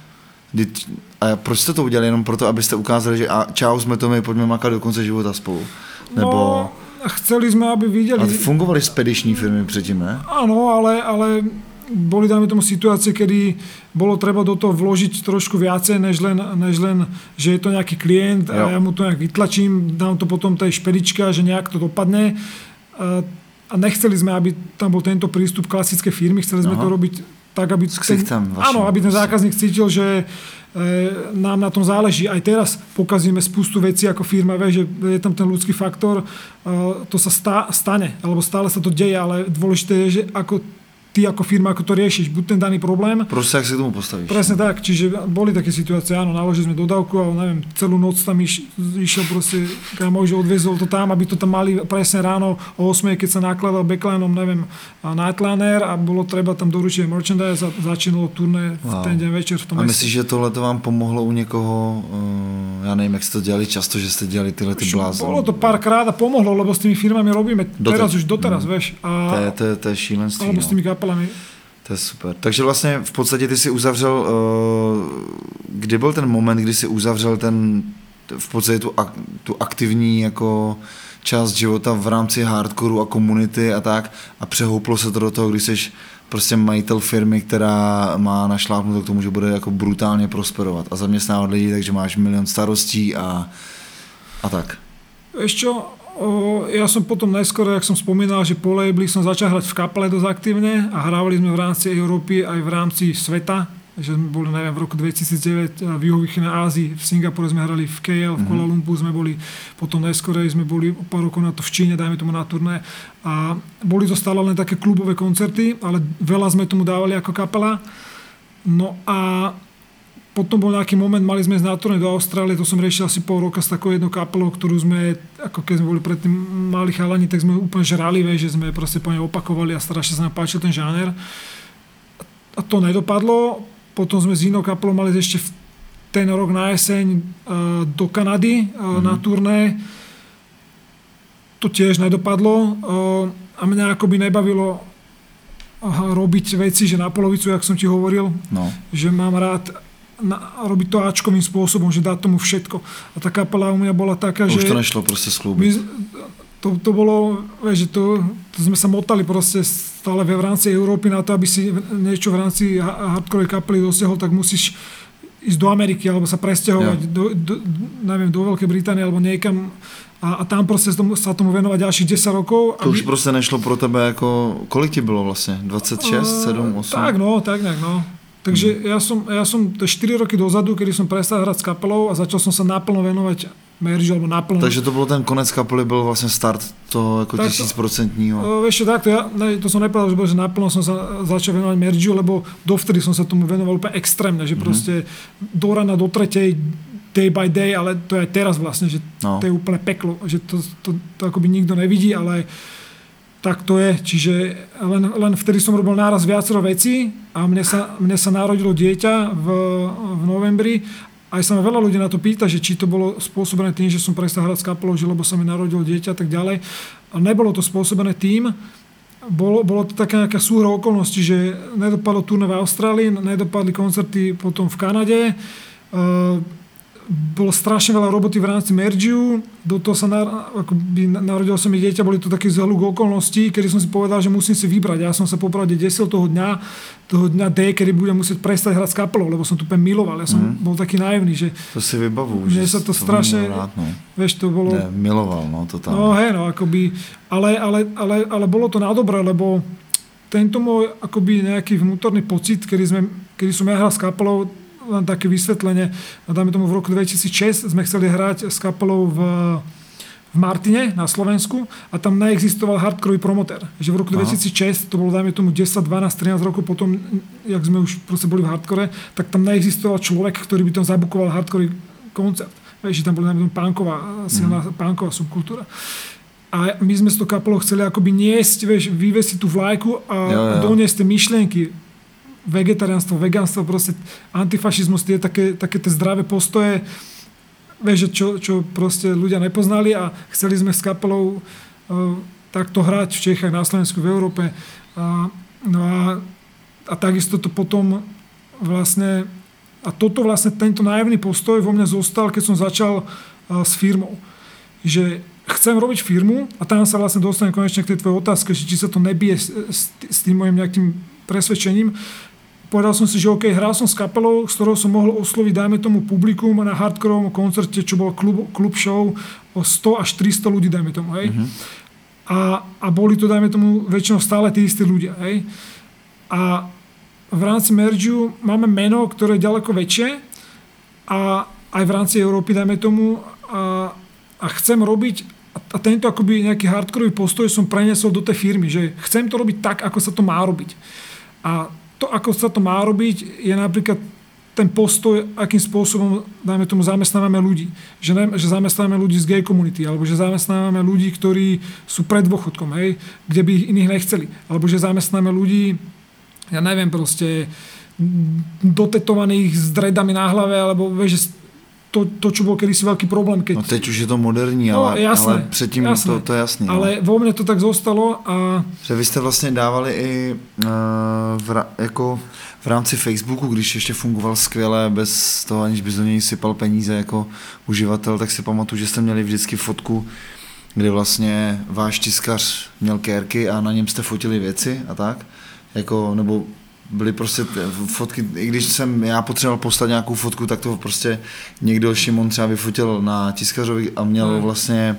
A proč jste to udělali? Jenom proto, abyste ukázali, že a čau, jsme to my, pojďme makat do konce života spolu? Nebo... No, chceli jsme, aby viděli... A fungovaly spediční firmy předtím, ne? Áno, ale, ale boli, dáme tomu, situácie, kedy bolo treba do toho vložiť trošku viacej, než len, než len že je to nejaký klient a jo. ja mu to nejak vytlačím, dám to potom tej špedička, že nejak to dopadne. A, a nechceli sme, aby tam bol tento prístup klasické firmy, chceli sme Aha. to robiť tak, aby ten, áno, aby ten zákazník cítil, že e, nám na tom záleží. Aj teraz pokazíme spustu vecí ako firma, vie, že je tam ten ľudský faktor, e, to sa stá, stane, alebo stále sa to deje, ale dôležité je, že ako ty ako firma, ako to riešiš, buď ten daný problém. Proste, ak sa k tomu postavíš. Presne tak, čiže boli také situácie, áno, naložili sme dodávku a neviem, celú noc tam iš, išiel proste, kámo, že odviezol to tam, aby to tam mali presne ráno o ôsmej, keď sa nakladal backlineom, neviem, Nightliner a bolo treba tam doručiť merchandise a začínalo turné v wow. ten deň večer v tom A myslíš, že tohle to vám pomohlo u někoho, uh, já nevím, jak jste to dělali často, že jste dělali tyhle ty blázny? Bolo to párkrát a pomohlo, lebo s tými firmami robíme Doteď. teraz už doteraz, mm. vieš. A, to, je, to, je, to je šílenství. Alebo no. s tými kapelami. To je super. Takže vlastně v podstatě ty si uzavřel, uh, kdy byl ten moment, kdy si uzavřel ten, v podstatě tu, tu aktivní jako část života v rámci hardcoreu a komunity a tak a přehouplo se to do toho, když jsi prostě majitel firmy, která má našlápnuto k tomu, že bude jako brutálně prosperovat a zaměstnávat lidi, takže máš milion starostí a, a tak. Ešte, o, ja som potom najskôr, jak som spomínal, že po labeli som začal hrať v kapele dosť aktívne a hrávali sme v rámci Európy aj v rámci sveta, že sme boli, neviem, v roku dvetisícdeväť v juhovýchodnej Ázii, v Singapore sme hrali v ká el, v Kuala Lumpur sme boli, potom najskôr sme boli o pár rokov na to v Číne, dajme tomu na turné a boli to stále len také klubové koncerty, ale veľa sme tomu dávali ako kapela. No a potom bol nejaký moment, mali sme ísť na turné do Austrálie, to som riešil asi pol roka s takou jednou kapelou, ktorú sme, ako keď sme boli predtým mali chalani, tak sme úplne žrali, že sme proste po nej opakovali a strašne sa nám páčil ten žáner. A to nedopadlo. Potom sme s inou kapelou mali ešte v ten rok na jeseň uh, do Kanady uh, mm-hmm. na turné. To tiež nedopadlo. Uh, a mňa akoby nebavilo uh, robiť veci, že na polovicu, jak som ti hovoril, no. že mám rád na, robiť to áčkovým spôsobom, že dá tomu všetko. A tá kapela u mňa bola taká, to že... Už to nešlo proste sklúbiť. To, to bolo, vieš, že to, to sme sa motali proste stále v rámci Európy na to, aby si niečo v rámci hardcore kapely dosiahol, tak musíš ísť do Ameriky alebo sa presťahovať ja. do, do, neviem, do Veľkej Británie alebo niekam a, a tam proste tomu, sa tomu venovať ďalších desať rokov. To aby... už proste nešlo pro tebe ako... Kolik ti bylo vlastne? dvadsaťšesť, sedem, osem? Tak no, tak nejak no. Takže hmm. ja som, ja som štyri roky dozadu, kedy som prestal hrať s kapelou a začal som sa naplno venovať merži, alebo naplno. Takže to bol ten konec kapely, byl vlastne start toho ako tisícprocentního. Vieš čo, takto, ja, ne, to som nepovedal, že, bol, že naplno som sa začal venovať meržiu, lebo dovtedy som sa tomu venoval úplne extrémne, že hmm. proste do rana, do tretej, day by day, ale to je aj teraz vlastne, že no. to je úplne peklo, že to, to, to akoby nikto nevidí, ale tak to je, čiže len, len vtedy som robil náraz viacero vecí a mne sa, mne sa narodilo dieťa v, v novembri. Aj sa ma veľa ľudí na to pýta, že či to bolo spôsobené tým, že som prestal hrať s kapelou, že lebo sa mi narodilo dieťa a tak ďalej. A nebolo to spôsobené tým, bolo, bolo to taká nejaká súhra okolností, že nedopadlo turné v Austrálii, nedopadli koncerty potom v Kanade, uh, bolo strašne veľa roboty v rámci mergiu, do toho sa na, akoby narodil som mi dieťa, boli to taký zhluk okolností, kedy som si povedal, že musím si vybrať. Ja som sa popravde desil toho dňa, toho dňa D, kedy budem musieť prestať hrať s kapelou, lebo som to úplne miloval. Ja som mm. bol taký naivný, že... To si vybavu, že sa to strašne... Rád, no. Vieš, to bolo... Ne, miloval, no, to tam. No hej, no, akoby... Ale, ale, ale, ale bolo to na dobré, lebo tento môj akoby nejaký vnútorný pocit, kedy, sme, kedy som ja hral s kapelou, len také vysvetlenie. Dáme tomu v roku dvetisícšesť sme chceli hrať s kapelou v, v Martine na Slovensku a tam neexistoval hardcoreový promotér. Že v roku dvetisícšesť, to bolo dajme tomu desať, dvanásť, trinásť rokov potom, jak sme už proste boli v hardcore, tak tam neexistoval človek, ktorý by tam zabukoval hardcoreový koncert. Vieš, že tam bola dajme tomu punková, silná mm. punková subkultúra. A my sme s tou kapelou chceli akoby niesť, vieš, vyvesiť tú vlajku a jo, jo. doniesť tie myšlienky. Vegetariánstvo, vegánstvo, proste antifašizmus, tie také, také tie zdravé postoje, vieš, čo, čo proste ľudia nepoznali a chceli sme s kapelou uh, takto hrať v Čechách, na Slovensku, v Európe. A, no a, a takisto to potom vlastne, a toto vlastne, tento naivný postoj vo mne zostal, keď som začal uh, s firmou. Že chcem robiť firmu a tam sa vlastne dostanem konečne k tej tvojej otázke, či sa to nebije s, s, s tým mojim nejakým presvedčením. Povedal som si, že OK, hral som s kapelou, s ktorou som mohol osloviť, dajme tomu, publikum na hardcoreovom koncerte, čo bol klub, klub show o sto až tristo ľudí, dajme tomu, hej. Mm-hmm. A, a boli to, dajme tomu, väčšinou stále tí istí ľudia, hej. A v rámci Mergiu máme meno, ktoré je ďaleko väčšie a aj v rámci Európy, dajme tomu, a, a chcem robiť, a tento akoby nejaký hardcoreový postoj som preniesol do tej firmy, že chcem to robiť tak, ako sa to má robiť. A to, ako sa to má robiť, je napríklad ten postoj, akým spôsobom, dajme tomu, zamestnávame ľudí. Že, ne, že zamestnávame ľudí z gay komunity, alebo že zamestnávame ľudí, ktorí sú pred dôchodkom, hej, kde by ich iných nechceli. Alebo že zamestnáme ľudí, ja neviem, proste dotetovaných s dredami na hlave, alebo vieš, že to, to, čo bol kedysi veľký problém. Keď... No teď už je to moderní, ale, no, jasné, ale předtím jasné. To, to je jasný. Ale no. Vo mne to tak zostalo a... Že vy jste vlastně dávali i uh, v, jako v rámci Facebooku, když ještě fungoval skvěle, bez toho, aniž by do něj sypal peníze jako uživatel, tak si pamatuju, že jste měli vždycky fotku, kdy vlastně váš tiskař měl kérky a na něm jste fotili věci a tak. Jako, nebo byly prostě fotky, i když jsem já potřeboval poslat nějakou fotku, tak to prostě někdo, Šimon třeba vyfotil na tiskařovi a měl vlastně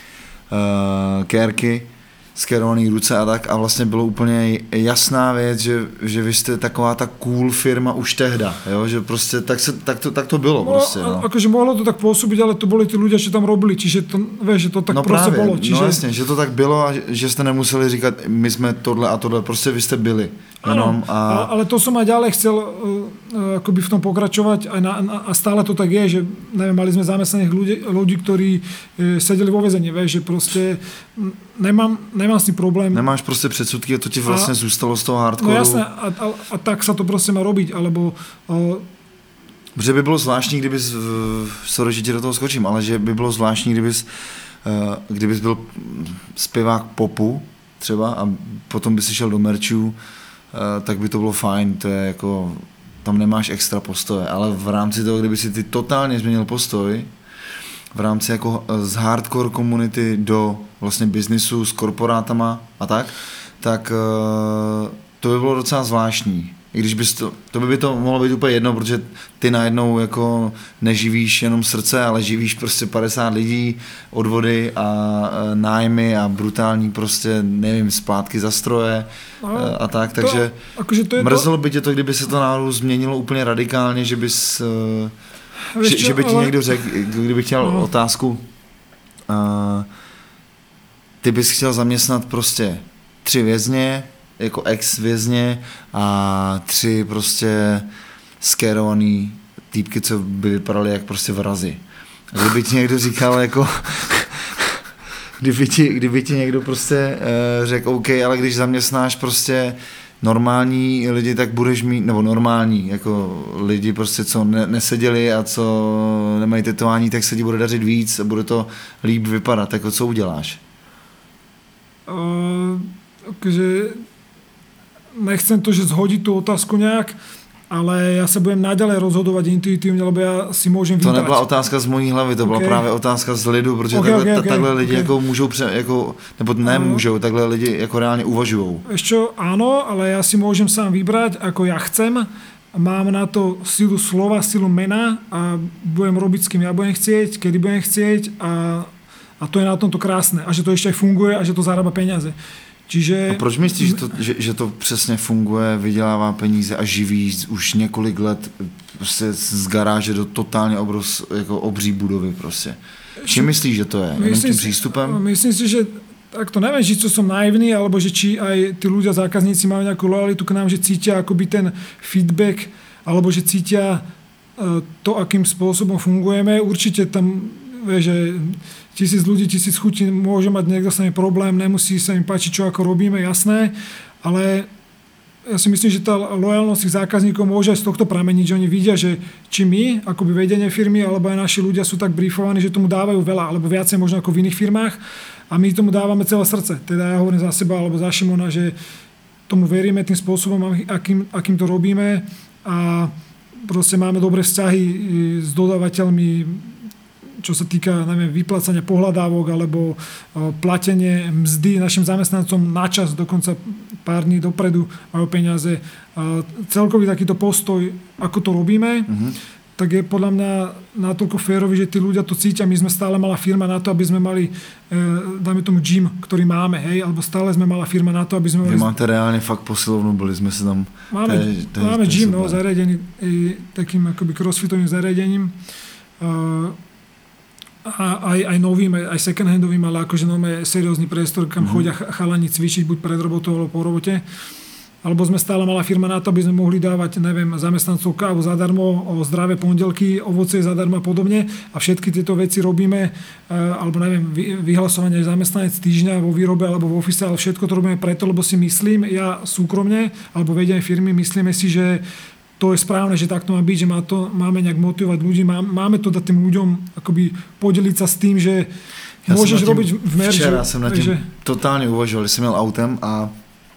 uh, kérky, skérovaný ruce a tak a vlastně bylo úplně jasná věc, že, že vy jste taková ta cool firma už tehda, jo? Že prostě tak, se, tak, to, tak to bylo no, prostě. No. Akože mohlo to tak pôsobiť, ale to boli tí ľudia, čo tam robili, čiže to, vieš, že to tak no prostě právě, bolo. Čiže... No jasně, že to tak bylo a že jste nemuseli říkat, my jsme tohle a tohle, prostě vy jste byli. Jenom a... a... Ale to som aj ďalej chcel uh, akoby v tom pokračovať aj na, na, a stále to tak je, že neviem, mali sme zamestnaných ľudí, ľudí ktorí uh, sedeli vo väzení, vieš, že proste nemám, nemám s tým problém. Nemáš prostě předsudky a to ti vlastně a, zůstalo z toho hardcoreu. No jasné, a, a, a tak sa to prostě má robiť, alebo... Uh, Protože by bylo zvláštní, kdybys, sorry, že ti do toho skočím, ale že by bylo zvláštní, kdybys, uh, kdybys byl zpěvák popu třeba a potom by si šel do merčů, uh, tak by to bylo fajn, to je jako, tam nemáš extra postoje, ale v rámci toho, kdyby si ty totálně změnil postoj, v rámci jako z hardcore komunity do vlastně biznisu s korporátama a tak, tak uh, to by bylo docela zvláštní. I když bys to, to by, by to mohlo být úplně jedno, protože ty najednou jako neživíš jenom srdce, ale živíš prostě padesát lidí, odvody a e, nájmy a brutální prostě, nevím, splátky za stroje no, e, a tak, takže to, akože to je mrzelo to... by tě to, kdyby se to náhodou změnilo úplně radikálně, že bys, e, že, že by ti ale... někdo řekl, kdyby chtěl no. otázku, e, ty bys chtěl zaměstnat prostě tři vězně, jako ex-vězně a tři prostě skérovaný týpky, co by vypadaly jak prostě vrazi. A kdyby ti někdo říkal jako kdyby ti, kdyby ti někdo prostě uh, řekl OK, ale když zaměstnáš prostě normální lidi, tak budeš mít, nebo normální, jako lidi prostě, co ne, neseděli a co nemají tetování, tak se ti bude dařit víc a bude to líp vypadat. Jako co uděláš? Uh, takže nechcem to, že zhodiť tú otázku nejak, ale ja sa budem naďalej rozhodovať intuitívne, lebo ja si môžem vybrať. To nebyla otázka z mojí hlavy, to okay. byla právě otázka z lidu, protože okay, takhle, okay, okay, takhle lidi okay. jako můžou, pře, jako, nebo nemůžou, takhle lidi jako reálně uvažujou. Ešte áno, ale ja si môžem sám vybrať, ako ja chcem. Mám na to silu slova, silu mena a budem robiť s kým ja budem chcieť, kedy budem chcieť a, a to je na tomto krásne. A že to ešte aj funguje a že to zarába peniaze. Čiže... A proč myslíš, že to, že, že to přesně funguje, vydělává peníze a živí už několik let prostě z garáže do totálně obroz, jako obří budovy prostě? Čím myslíš, že to je? Jenom tím přístupem? Myslím si, že tak to neviem, či to som naivný, alebo že či aj tí ľudia, zákazníci majú nejakú lojalitu k nám, že cítia akoby ten feedback, alebo že cítia to, akým spôsobom fungujeme. Určite tam, vieš, že tisíc ľudí, tisíc chutí, môže mať niekto s nami problém, nemusí sa im páčiť, čo ako robíme, jasné, ale ja si myslím, že tá lojalnosť tých zákazníkov môže aj z tohto prameniť, že oni vidia, že či my, akoby vedenie firmy, alebo aj naši ľudia sú tak briefovaní, že tomu dávajú veľa, alebo viacej možno ako v iných firmách a my tomu dávame celé srdce. Teda ja hovorím za seba, alebo za Šimona, že tomu veríme tým spôsobom, akým, akým to robíme a proste máme dobré vzťahy s dodávateľmi, čo sa týka, neviem, vyplácania pohľadávok alebo platenie mzdy našim zamestnancom na čas, dokonca pár dní dopredu majú peniaze. Celkový takýto postoj, ako to robíme, mm-hmm. tak je podľa mňa natoľko férový, že tí ľudia to cítia. My sme stále malá firma na to, aby sme mali, dajme tomu gym, ktorý máme, hej, alebo stále sme malá firma na to, aby sme mali... Vy máte reálne fakt posilovnu, byli sme sa tam... Máme, tej, tej, máme tej gym, no, zariadený takým akoby crossfitovým zariadením. A aj, aj novým, aj second-handovým, ale akože máme seriózny priestor, kam mm-hmm. chodia chalani cvičiť, buď pred robotou, alebo po robote. Alebo sme stále malá firma na to, aby sme mohli dávať, neviem, zamestnancov kávu zadarmo, o zdravé pondelky, ovocie zadarmo a podobne. A všetky tieto veci robíme, alebo neviem, vyhlasovanie zamestnanec týždňa vo výrobe alebo v office, ale všetko to robíme preto, lebo si myslím, ja súkromne, alebo vedenie firmy, myslíme si, že to je správne, že takto má byť, že má to, máme nejak motivovať ľudí, máme to dať tým ľuďom akoby podeliť sa s tým, že ja môžeš robiť v merži. Včera som na tím že... totálně uvažoval, když jsem měl autem a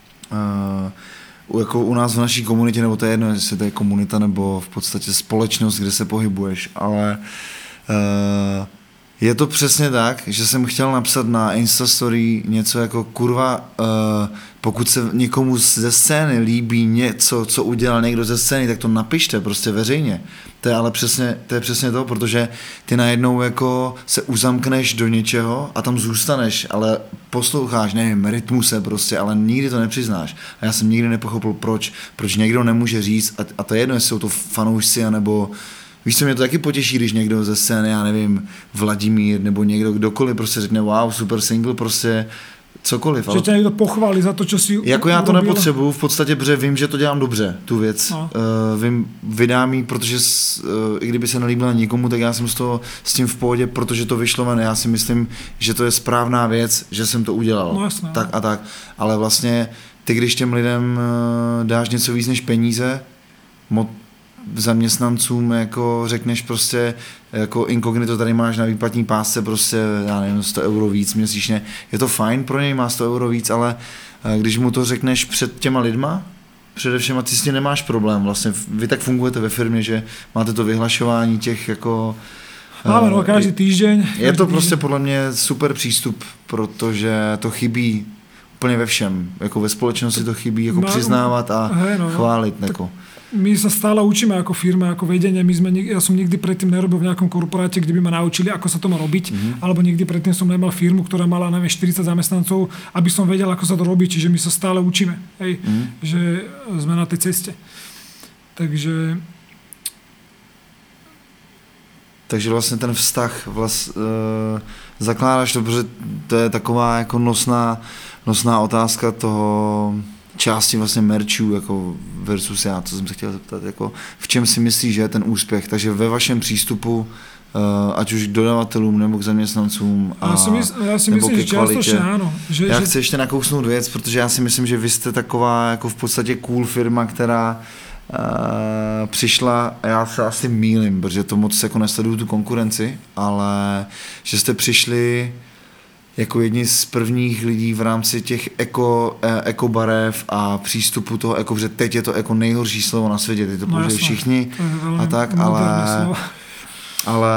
uh, jako u nás v naší komunitě, nebo to je jedno, jestli to je komunita nebo v podstatě společnost, kde se pohybuješ, ale uh, je to přesně tak, že jsem chtěl napsat na Instastory něco jako kurva, uh, pokud se někomu ze scény líbí něco, co udělal někdo ze scény, tak to napište prostě veřejně. To je ale přesně, to je přesně to, protože ty najednou jako se uzamkneš do něčeho a tam zůstaneš, ale posloucháš, nevím, rytmuse prostě, ale nikdy to nepřiznáš. A já jsem nikdy nepochopil, proč, proč někdo nemůže říct, a, a to je jedno, jestli jsou to fanoušci, anebo víš co, mě to taky potěší, když někdo ze scény, já nevím, Vladimír nebo někdo, kdokoliv prostě řekne wow, super single, prostě cokoliv. Že tě někdo pochválí za to, co si jako já to urobil. Nepotřebuju v podstatě, protože vím, že to dělám dobře, tu věc. No. Uh, vím, vydám jí, protože uh, i kdyby se nelíbila nikomu, tak já jsem z toho s tím v pohodě, protože to vyšlo ven. Já si myslím, že to je správná věc, že jsem to udělal. No, jasně, tak a tak. Ale vlastně ty, když těm lidem uh, dáš něco víc než peníze, mo- zaměstnancům jako řekneš prostě jako inkognito tady máš na výplatní pásce prostě já nevím sto euro víc měsíčně, je to fajn pro něj, má sto euro víc, ale když mu to řekneš před těma lidma, především a ty s tím nemáš problém vlastně, vy tak fungujete ve firmě, že máte to vyhlašování těch jako máme no každý týždeň. Je to prostě podle mě super přístup, protože to chybí úplně ve všem, jako ve společnosti to chybí jako přiznávat a hej, no, chválit jako. My sa stále učíme ako firma, ako vedenie. My sme, ja som nikdy predtým nerobil v nejakom korporáte, kde by ma naučili, ako sa to má robiť, mm-hmm. alebo nikdy predtým som nemal firmu, ktorá mala neviem štyridsať zamestnancov, aby som vedel, ako sa to robí. Čiže my sa stále učíme, hej, mm-hmm. že sme na tej ceste. Takže Takže vlastně ten vztah vlast, uh, zakládáš to, protože to je taková jako nosná, nosná otázka toho části vlastně merčů jako versus já, co jsem se chtěl zeptat, jako v čem si myslíš, že je ten úspěch, takže ve vašem přístupu, uh, ať už k dodavatelům nebo k zaměstnancům a, já si mysl, já si nebo myslím, ke kvalitě. Že áno, že, já že... chci ještě nakousnout věc, protože já si myslím, že vy jste taková jako v podstatě cool firma, která uh, přišla, já se asi mýlim, protože to moc jako nesleduju tu konkurenci, ale že jste přišli jako jedni z prvních lidí v rámci těch eko, eh, ekobarev a přístupu toho eko, protože teď je to jako nejhorší slovo na světě, teď to no použijí všichni a tak, ale, ale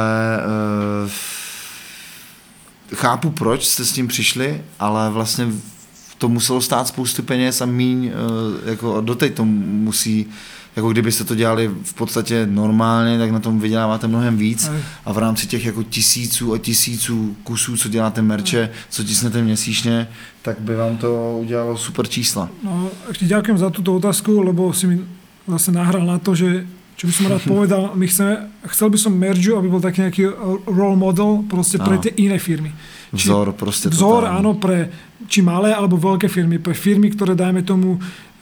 eh, chápu, proč jste s tím přišli, ale vlastně to muselo stát spoustu peněz a míň, jako doteď to musí, jako kdybyste to dělali v podstatě normálně, tak na tom vyděláváte mnohem víc a v rámci těch jako tisíců a tisíců kusů, co děláte merče, co tisnete měsíčně, tak by vám to udělalo super čísla. No, ešte ďakujem za túto otázku, lebo si mi vlastne nahral na to, že čo by som rád povedal, my chceme, chcel by som Mergiu, aby bol taký nejaký role model proste pre tie iné firmy. Či, vzor proste. Vzor, totálne. Áno, pre či malé alebo veľké firmy, pre firmy, ktoré dajme tomu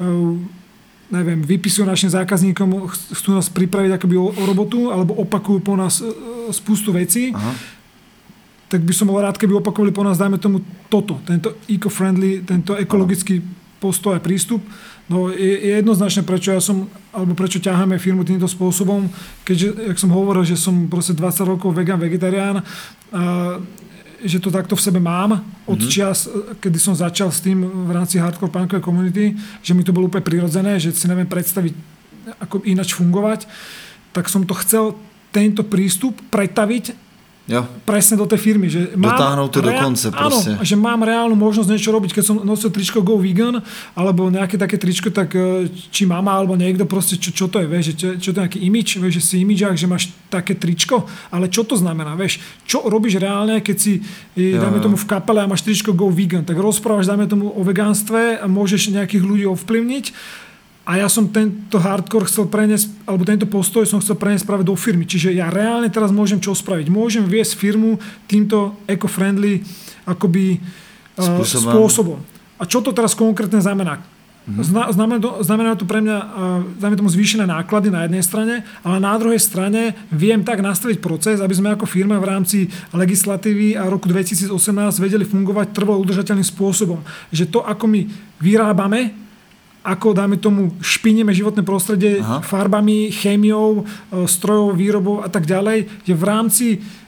neviem, vypisujú našim zákazníkom, chcú nás pripraviť akoby o, o robotu, alebo opakujú po nás spustu vecí, aha. Tak by som bol rád, keby opakovali po nás, dajme tomu toto, tento eco-friendly, tento ekologický postoj a prístup. No je, je jednoznačné, prečo ja som, alebo prečo ťaháme firmu týmto spôsobom, keďže, jak som hovoril, že som proste dvadsať rokov vegan, vegetarián, a že to takto v sebe mám od mm-hmm. čias, kedy som začal s tým v rámci hardcore punkovej komunity, že mi to bolo úplne prirodzené, že si neviem predstaviť, ako ináč fungovať, tak som to chcel, tento prístup pretaviť jo. Presne do tej firmy. Že mám dotáhnuť to rea- do konce proste. Áno, že mám reálnu možnosť niečo robiť. Keď som nosil tričko Go Vegan, alebo nejaké také tričko, tak či mama, alebo niekto proste, čo, čo to je, vieš, čo, čo to je nejaký imič, vieš, že si imičák, že máš také tričko, ale čo to znamená, vieš, čo robíš reálne, keď si, jo, dáme tomu v kapele a máš tričko Go Vegan, tak rozprávaš, dáme tomu o vegánstve a môžeš nejakých ľudí ovplyvniť. A ja som tento hardcore chcel preniesť, alebo tento postoj som chcel preniesť práve do firmy. Čiže ja reálne teraz môžem čo spraviť? Môžem viesť firmu týmto eco-friendly akoby uh, spôsobom. A čo to teraz konkrétne znamená? Mm-hmm. Znamená, to, znamená to pre mňa uh, tomu zvýšené náklady na jednej strane, ale na druhej strane viem tak nastaviť proces, aby sme ako firma v rámci legislatívy a roku dvetisícosemnásť vedeli fungovať trvalo udržateľným spôsobom. Že to, ako my vyrábame, ako, dáme tomu, špiníme životné prostredie aha. farbami, chémiou, strojovou výrobou a tak ďalej, je v rámci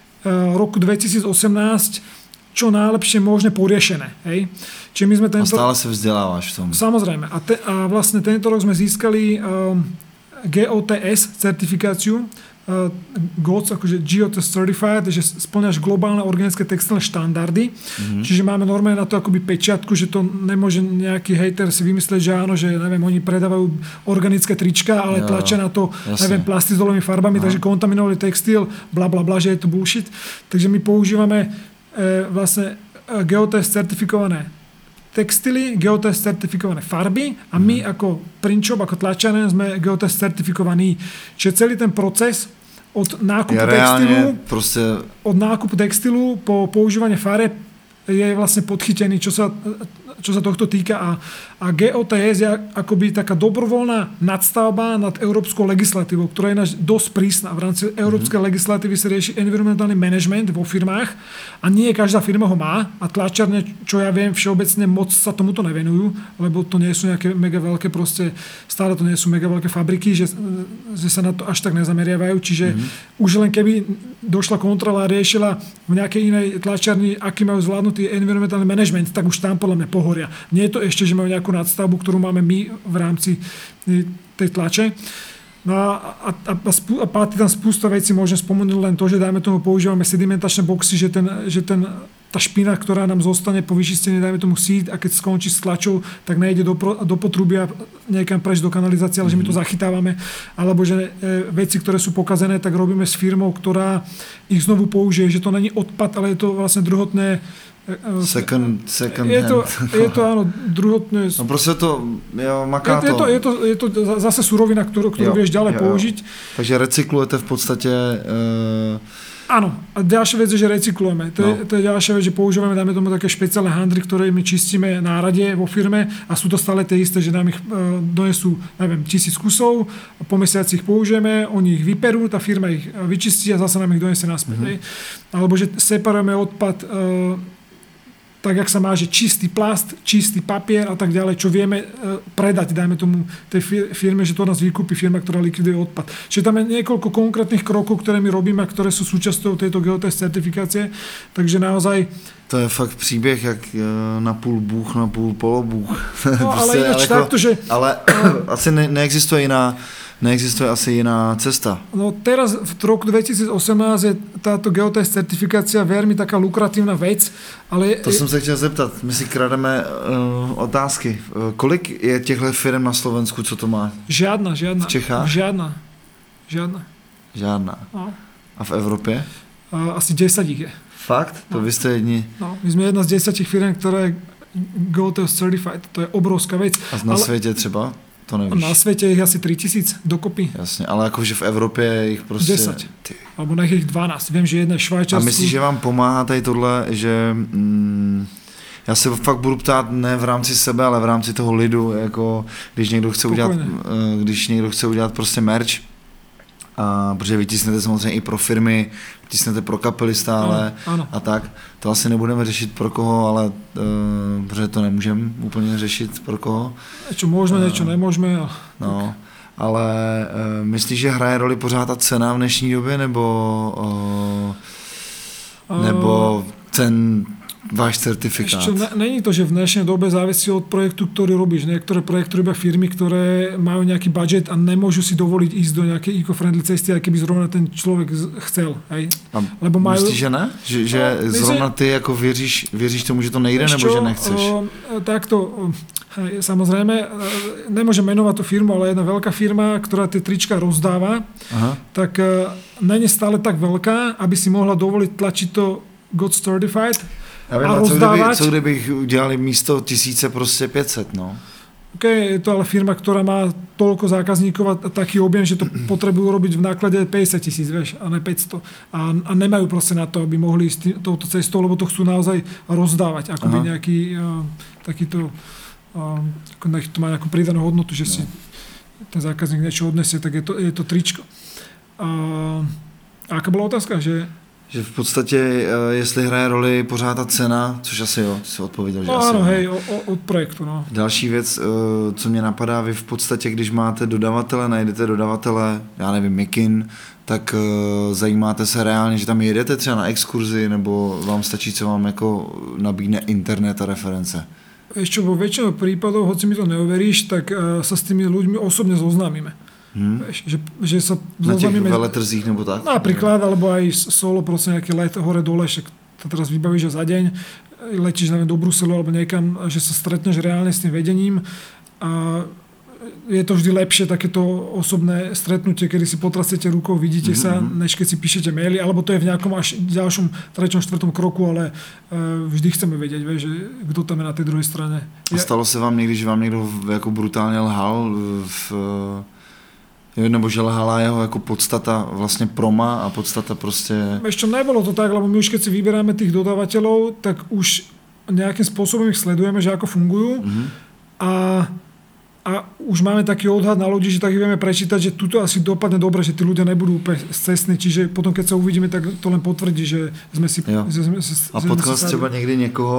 roku dvetisícosemnásť čo najlepšie možné poriešené. Hej? Čiže my sme tento... A stále sa vzdelávaš v tom. Samozrejme. A, te, a vlastne tento rok sme získali um, G O T S certifikáciu, Uh, G O T S, akože G O T S Certified, že spĺňaš globálne organické textilné štandardy. Mm-hmm. Čiže máme normálne na to akoby pečiatku, že to nemôže nejaký hejter si vymyslieť, že áno, že neviem, oni predávajú organické trička, ale ja, tlačia na to, jasne. Neviem, plastizolovými farbami, aha. Takže kontaminovali textil, bla bla bla, že je to bullshit. Takže my používame e, vlastne G O T S certifikované textily, G O T S certifikované farby a my mm. ako print shop, ako tlačané sme G O T S certifikovaní. Čiže celý ten proces od nákupu ja textilu proste... od nákupu textilu po používanie farieb je vlastne podchytený, čo sa, čo sa tohto týka a, a G O T S je akoby taká dobrovoľná nadstavba nad európskou legislatívou, ktorá je náš dosť prísna. V rámci európskej mm-hmm. legislatívy sa rieši environmentálny management vo firmách a nie každá firma ho má a tlačiarne, čo ja viem, všeobecne moc sa tomuto nevenujú, lebo to nie sú nejaké mega veľké proste, stále to nie sú mega veľké fabriky, že, že sa na to až tak nezameriavajú, čiže mm-hmm. už len keby došla kontrola a riešila v nejakej inej tlačiarni, aký majú zvládnutý environmentálny management, tak už tam podľa mňa pohoria. Nie je to ešte, že majú nejakú nadstavbu, ktorú máme my v rámci tej tlače. No a, a, a, a páti tam spústa vecí, môžem spomenúť len to, že dajme tomu používame sedimentačné boxy, že, ten, že ten, tá špina, ktorá nám zostane po vyčistení, dajme tomu síť a keď skončí s tlačou, tak nejde do, do potrubia niekam prejsť do kanalizácie, ale mm-hmm. že my to zachytávame. Alebo že e, veci, ktoré sú pokazené, tak robíme s firmou, ktorá ich znovu použije, že to není odpad, ale je to vlastne druhotné Second, second je to, je to áno, druhotné. No proste to, jo, maká je, to. Je to, je to, je to zase surovina, ktorú, ktorú jo, vieš ďalej jo, použiť. Jo. Takže recyklujete v podstate... Uh... Áno, a ďalšia vec je, že recyklujeme. To, no. je, to je ďalšia vec, že používame, dáme tomu také špeciálne handry, ktoré my čistíme na rade vo firme a sú to stále tie isté, že nám ich uh, donesú, neviem, tisíc kusov, po mesiaci ich použijeme, oni ich vyperú, tá firma ich vyčistí a zase nám ich donesie naspäť. Mm-hmm. Alebo že separujeme odpad uh, tak, jak sa má, že čistý plast, čistý papier a tak ďalej, čo vieme e, predať, dajme tomu tej firme, že to nás vykúpi firma, ktorá likviduje odpad. Čiže tam je niekoľko konkrétnych krokov, ktoré my robíme a ktoré sú súčasťou tejto G O T S certifikácie, takže naozaj... To je fakt příběh jak na půl bůh, na půl polobůh. No, ale ináč takto, že... Ale asi ne, neexistuje jiná neexistuje asi jiná cesta. No teraz v roku dvetisícosemnásť je táto geotest certifikácia veľmi taká lukratívna vec, ale... To jsem se chtěl zeptat, my si krademe uh, otázky. Uh, kolik je těchto firm na Slovensku, co to má? Žiadna, žiadna. V Čechách? Žiadna. Žiadna. Žádná. No. A v Evropě? Uh, asi desať ich je. Fakt? To no. vy jste jedni? No, my jsme jedna z deseti firm, která je GeoTest Certified. To je obrovská věc. A na ale... světě třeba? To nevíš. Na světě je asi tři tisíc dokopy. Jasně, ale jakože v Evropě je jich prostě... desať. Alebo nech jich dvanásť. Vím, že jedna je Švajčarsku. A myslíš, že vám pomáhá tady tohle, že... Mm, já se fakt budu ptát ne v rámci sebe, ale v rámci toho lidu, jako když někdo chce udělat, když někdo chce udělat prostě merch, a protože vytisnete samozřejmě i pro firmy, vytisnete pro kapely stále ano, ano. a tak. To asi nebudeme řešit pro koho, ale uh, protože to nemůžeme úplně řešit pro koho. Něco můžeme, uh, něco nemůžeme. Ale... No, ale uh, myslíš, že hraje roli pořád ta cena v dnešní době, nebo, uh, uh, nebo ten váš certifikát? Ešte, není to, že v dnešnej dobe závisí od projektu, ktorý robíš. Niektoré projekty robia firmy, ktoré majú nejaký budget a nemôžu si dovoliť ísť do nejakej eco-friendly cesty, aj keby zrovna ten človek chcel. Hej. Lebo majú... Myslíš, že ne? Že, že no, zrovna ty jako věříš, věříš tomu, že to nejde, nebo že nechceš? O, takto, hej, samozrejme, nemôžem menovať tú firmu, ale jedna veľká firma, ktorá tie trička rozdáva, aha, tak není stále tak veľká, aby si mohla dovoliť tlačiť to God Certified. Já vím, a, a co, kdyby, co kdybych udělali místo tisíce prostě pět set, no? OK, je to ale firma, ktorá má toľko zákazníkov a taký objem, že to potrebujú robiť v náklade päťdesiat tisíc, vieš, a ne päťsto. A, a nemajú proste na to, aby mohli ísť touto cestou, lebo to chcú naozaj rozdávať. Akoby nejaký uh, takýto, uh, nech to má nejakú pridanú hodnotu, že no, si ten zákazník niečo odnesie, tak je to, je to tričko. Uh, a aká bola otázka, že... Že v podstatě, jestli hraje roli pořád ta cena, což asi jo, jsi odpověděl, že no, asi ano, jo. hej, o, o, od projektu, no. Další věc, co mě napadá, vy v podstatě, když máte dodavatele, najdete dodavatele, já nevím, Mikin, tak zajímáte se reálně, že tam jedete třeba na exkurzi, nebo vám stačí, co vám jako nabídne internet a reference? Ešte vo väčšinou prípadov, hoci mi to neuveríš, tak sa s tými ľuďmi osobne zoznámime. Hmm. Že, že sa na těch veletrzích nebo tak? Napríklad, alebo aj solo, proste nejaký let hore-dole, však to teraz vybavíš, že za deň letíš neviem, do Bruselu alebo niekam, že sa stretneš reálne s tým vedením a je to vždy lepšie takéto osobné stretnutie, kedy si potrasete rukou, vidíte mm-hmm. sa, než keď si píšete maily, alebo to je v nejakom až ďalšom, treťom, štvrtom kroku, ale uh, vždy chceme vedieť, vie, že kto tam je na tej druhej strane. A stalo se vám někdy, že vám někdo jako brutálně lhal v... nebo že lhala jeho jako podstata vlastně proma a podstata prostě... Ešte nebolo to tak, lebo my už keď si vyberáme tých dodávateľov, tak už nejakým spôsobom ich sledujeme, že ako fungujú mm-hmm. a, a už máme taký odhad na ľudí, že tak vieme prečítať, že tuto asi dopadne dobre, že tí ľudia nebudú úplne scestní, čiže potom keď sa uvidíme, tak to len potvrdí, že sme si... Že sme, že a potkal si třeba někdy někoho,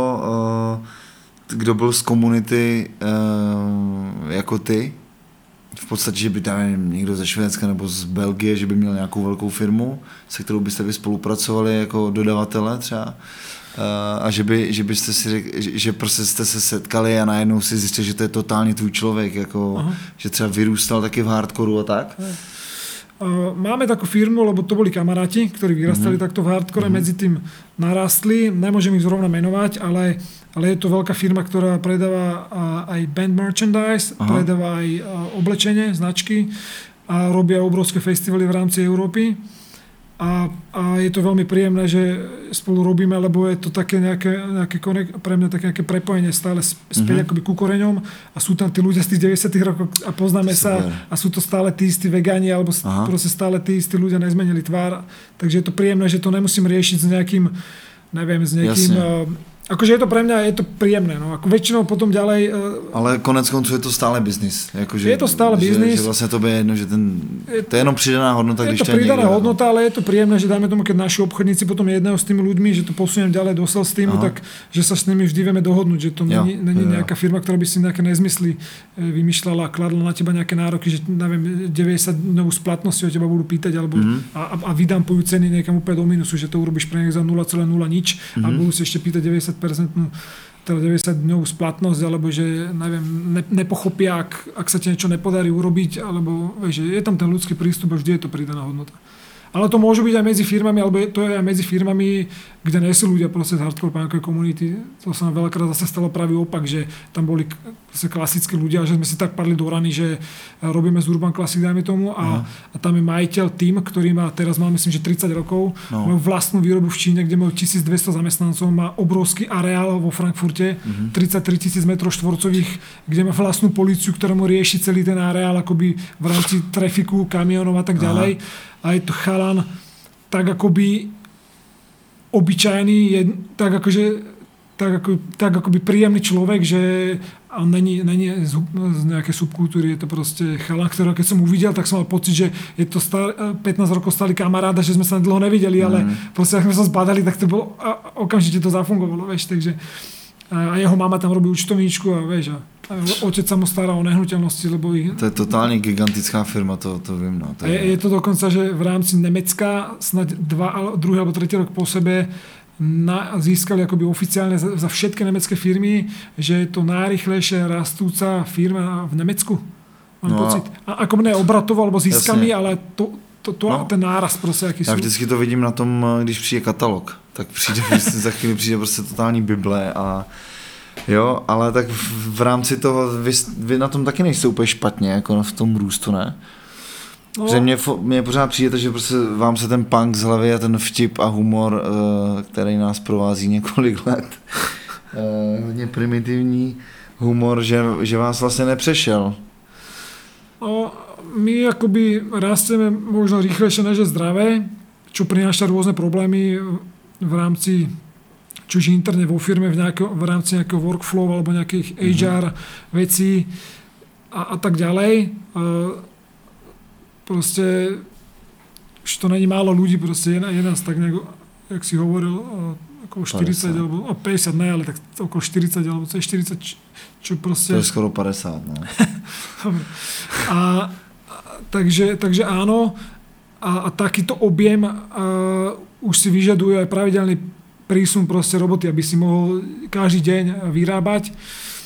uh, kdo byl z komunity uh, jako ty? V podstatě, že by tam někdo ze Švédska nebo z Belgie, že by měl nějakou velkou firmu, se kterou byste vy spolupracovali jako dodavatele třeba a že, by, že byste si řekli, že prostě jste se setkali a najednou si zjistili, že to je totálně tvůj člověk, jako, že třeba vyrůstal taky v hardcoreu a tak? Máme takú firmu, lebo to boli kamaráti, ktorí vyrastali mm-hmm. takto v hardcore, mm-hmm. medzi tým narastli, nemôžem ich zrovna menovať, ale, ale je to veľká firma, ktorá predáva aj band merchandise, aha, predáva aj oblečenie, značky a robia obrovské festivaly v rámci Európy. A, a je to veľmi príjemné, že spolu robíme, lebo je to také nejaké, nejaké pre mňa také nejaké prepojenie stále späť mm-hmm. akoby ku koreňom a sú tam tí ľudia z tých deväťdesiatych rokov a poznáme Super. sa a sú to stále tí istí vegáni alebo Aha. proste stále tí istí ľudia nezmenili tvár. Takže je to príjemné, že to nemusím riešiť s nejakým, neviem, s nejakým... Jasne. Akože je to pre mňa, je to príjemné, no. Ako väčšinou potom ďalej... Ale konec konců je to stále biznis. Jako, že, je to stále biznis. Že, že vlastne to je jedno, že ten... Je, to je jenom pridaná hodnota, když ťa niekto... Je to pridaná hodnota, ale je to príjemné, že dáme tomu, keď naši obchodníci potom jedného s tými ľuďmi, že to posuniem ďalej do sales týmu, tak že sa s nimi vždy vieme dohodnúť, že to není, není nejaká firma, ktorá by si nejaké nezmysly vymýšľala a kladla na teba nejaké nároky, že neviem, deväťdesiat dňovú splatnosť od teba budú pýtať, alebo mm-hmm. a, a vydampujú ceny niekam úplne do minusu, že to urobíš pre nich za nula celá nula nič mm-hmm. a budú si ešte pýtať deväťdesiat percent teda deväťdesiat dňov splatnosť, alebo že neviem, ne, nepochopia, ak, ak sa ti niečo nepodarí urobiť, alebo vieš, že je tam ten ľudský prístup a vždy je to pridaná hodnota. Ale to môže byť aj medzi firmami, alebo je, to je aj medzi firmami, kde nie sú ľudia proste z hardcore punkovej komunity. To sa nám veľakrát zase stalo pravý opak, že tam boli klasickí ľudia, že sme si tak padli do rany, že robíme z Urban Classic, dajme tomu, a, a tam je majiteľ tým, ktorý má, teraz má myslím, že tridsať rokov, no. Majú vlastnú výrobu v Číne, kde majú tisícdvesto zamestnancov, má obrovský areál vo Frankfurte, mm-hmm. tridsaťtri tisíc metrov štvorcových, kde má vlastnú políciu, ktorá mu rieši celý ten areál akoby v rámci trafiku, kamionov a tak ďalej. Aha. A je to chalan tak akoby obyčajný, je, tak akože tak, ako, tak akoby príjemný človek, že on není, není z, z nejakej subkultúry, je to proste chalan, ktorého keď som uvidel, tak som mal pocit, že je to star, pätnásť rokov stály kamaráda, že sme sa dlho nevideli, mm. ale proste ak sme sa zbadali, tak to bolo a okamžite to zafungovalo, vieš, takže a jeho mama tam robí účtovníčku a vieš, a otec sa mu stará o nehnuteľnosti, lebo ich... To je totálne gigantická firma, to, to viem. No. To je... Je, je to dokonca, že v rámci Nemecka snad dva, druhý alebo tretí rok po sebe na, získali akoby oficiálne za, za všetky nemecké firmy, že je to najrýchlejšie rastúca firma v Nemecku. Mám no pocit. A, ako ne obratovo alebo ziskami, jasne. Ale to, to, to no. Ten náraz prostě, jaký Já vždycky to vidím na tom, když přijde katalog. Tak přijde, za chvíli přijde prostě totální bible a jo, ale tak v, v rámci toho, vy, vy na tom taky nejste úplně špatně, jako v tom růstu, ne? No. Že mě, mě pořád přijde, že prostě vám se ten punk z hlavy a ten vtip a humor, uh, který nás provází několik let, uh, hodně primitivní humor, že, že vás vlastně nepřešel. No, my akoby rasteme možno rýchlejšie než je zdravé, čo prináša rôzne problémy v rámci či už interne vo firme v, nejakého, v rámci nejakého workflow alebo nejakých há er mm-hmm. vecí a, a tak ďalej. Uh, proste už to není málo ľudí, proste je, je nás tak nejak, jak si hovoril, uh, okolo štyridsať alebo no, päťdesiat ne, ale tak okolo štyridsať alebo co je štyridsať, čo proste... To je skoro päťdesiat, no. a, a takže, takže áno, a, a takýto objem uh, už si vyžaduje aj pravidelný prísun proste roboty, aby si mohol každý deň vyrábať.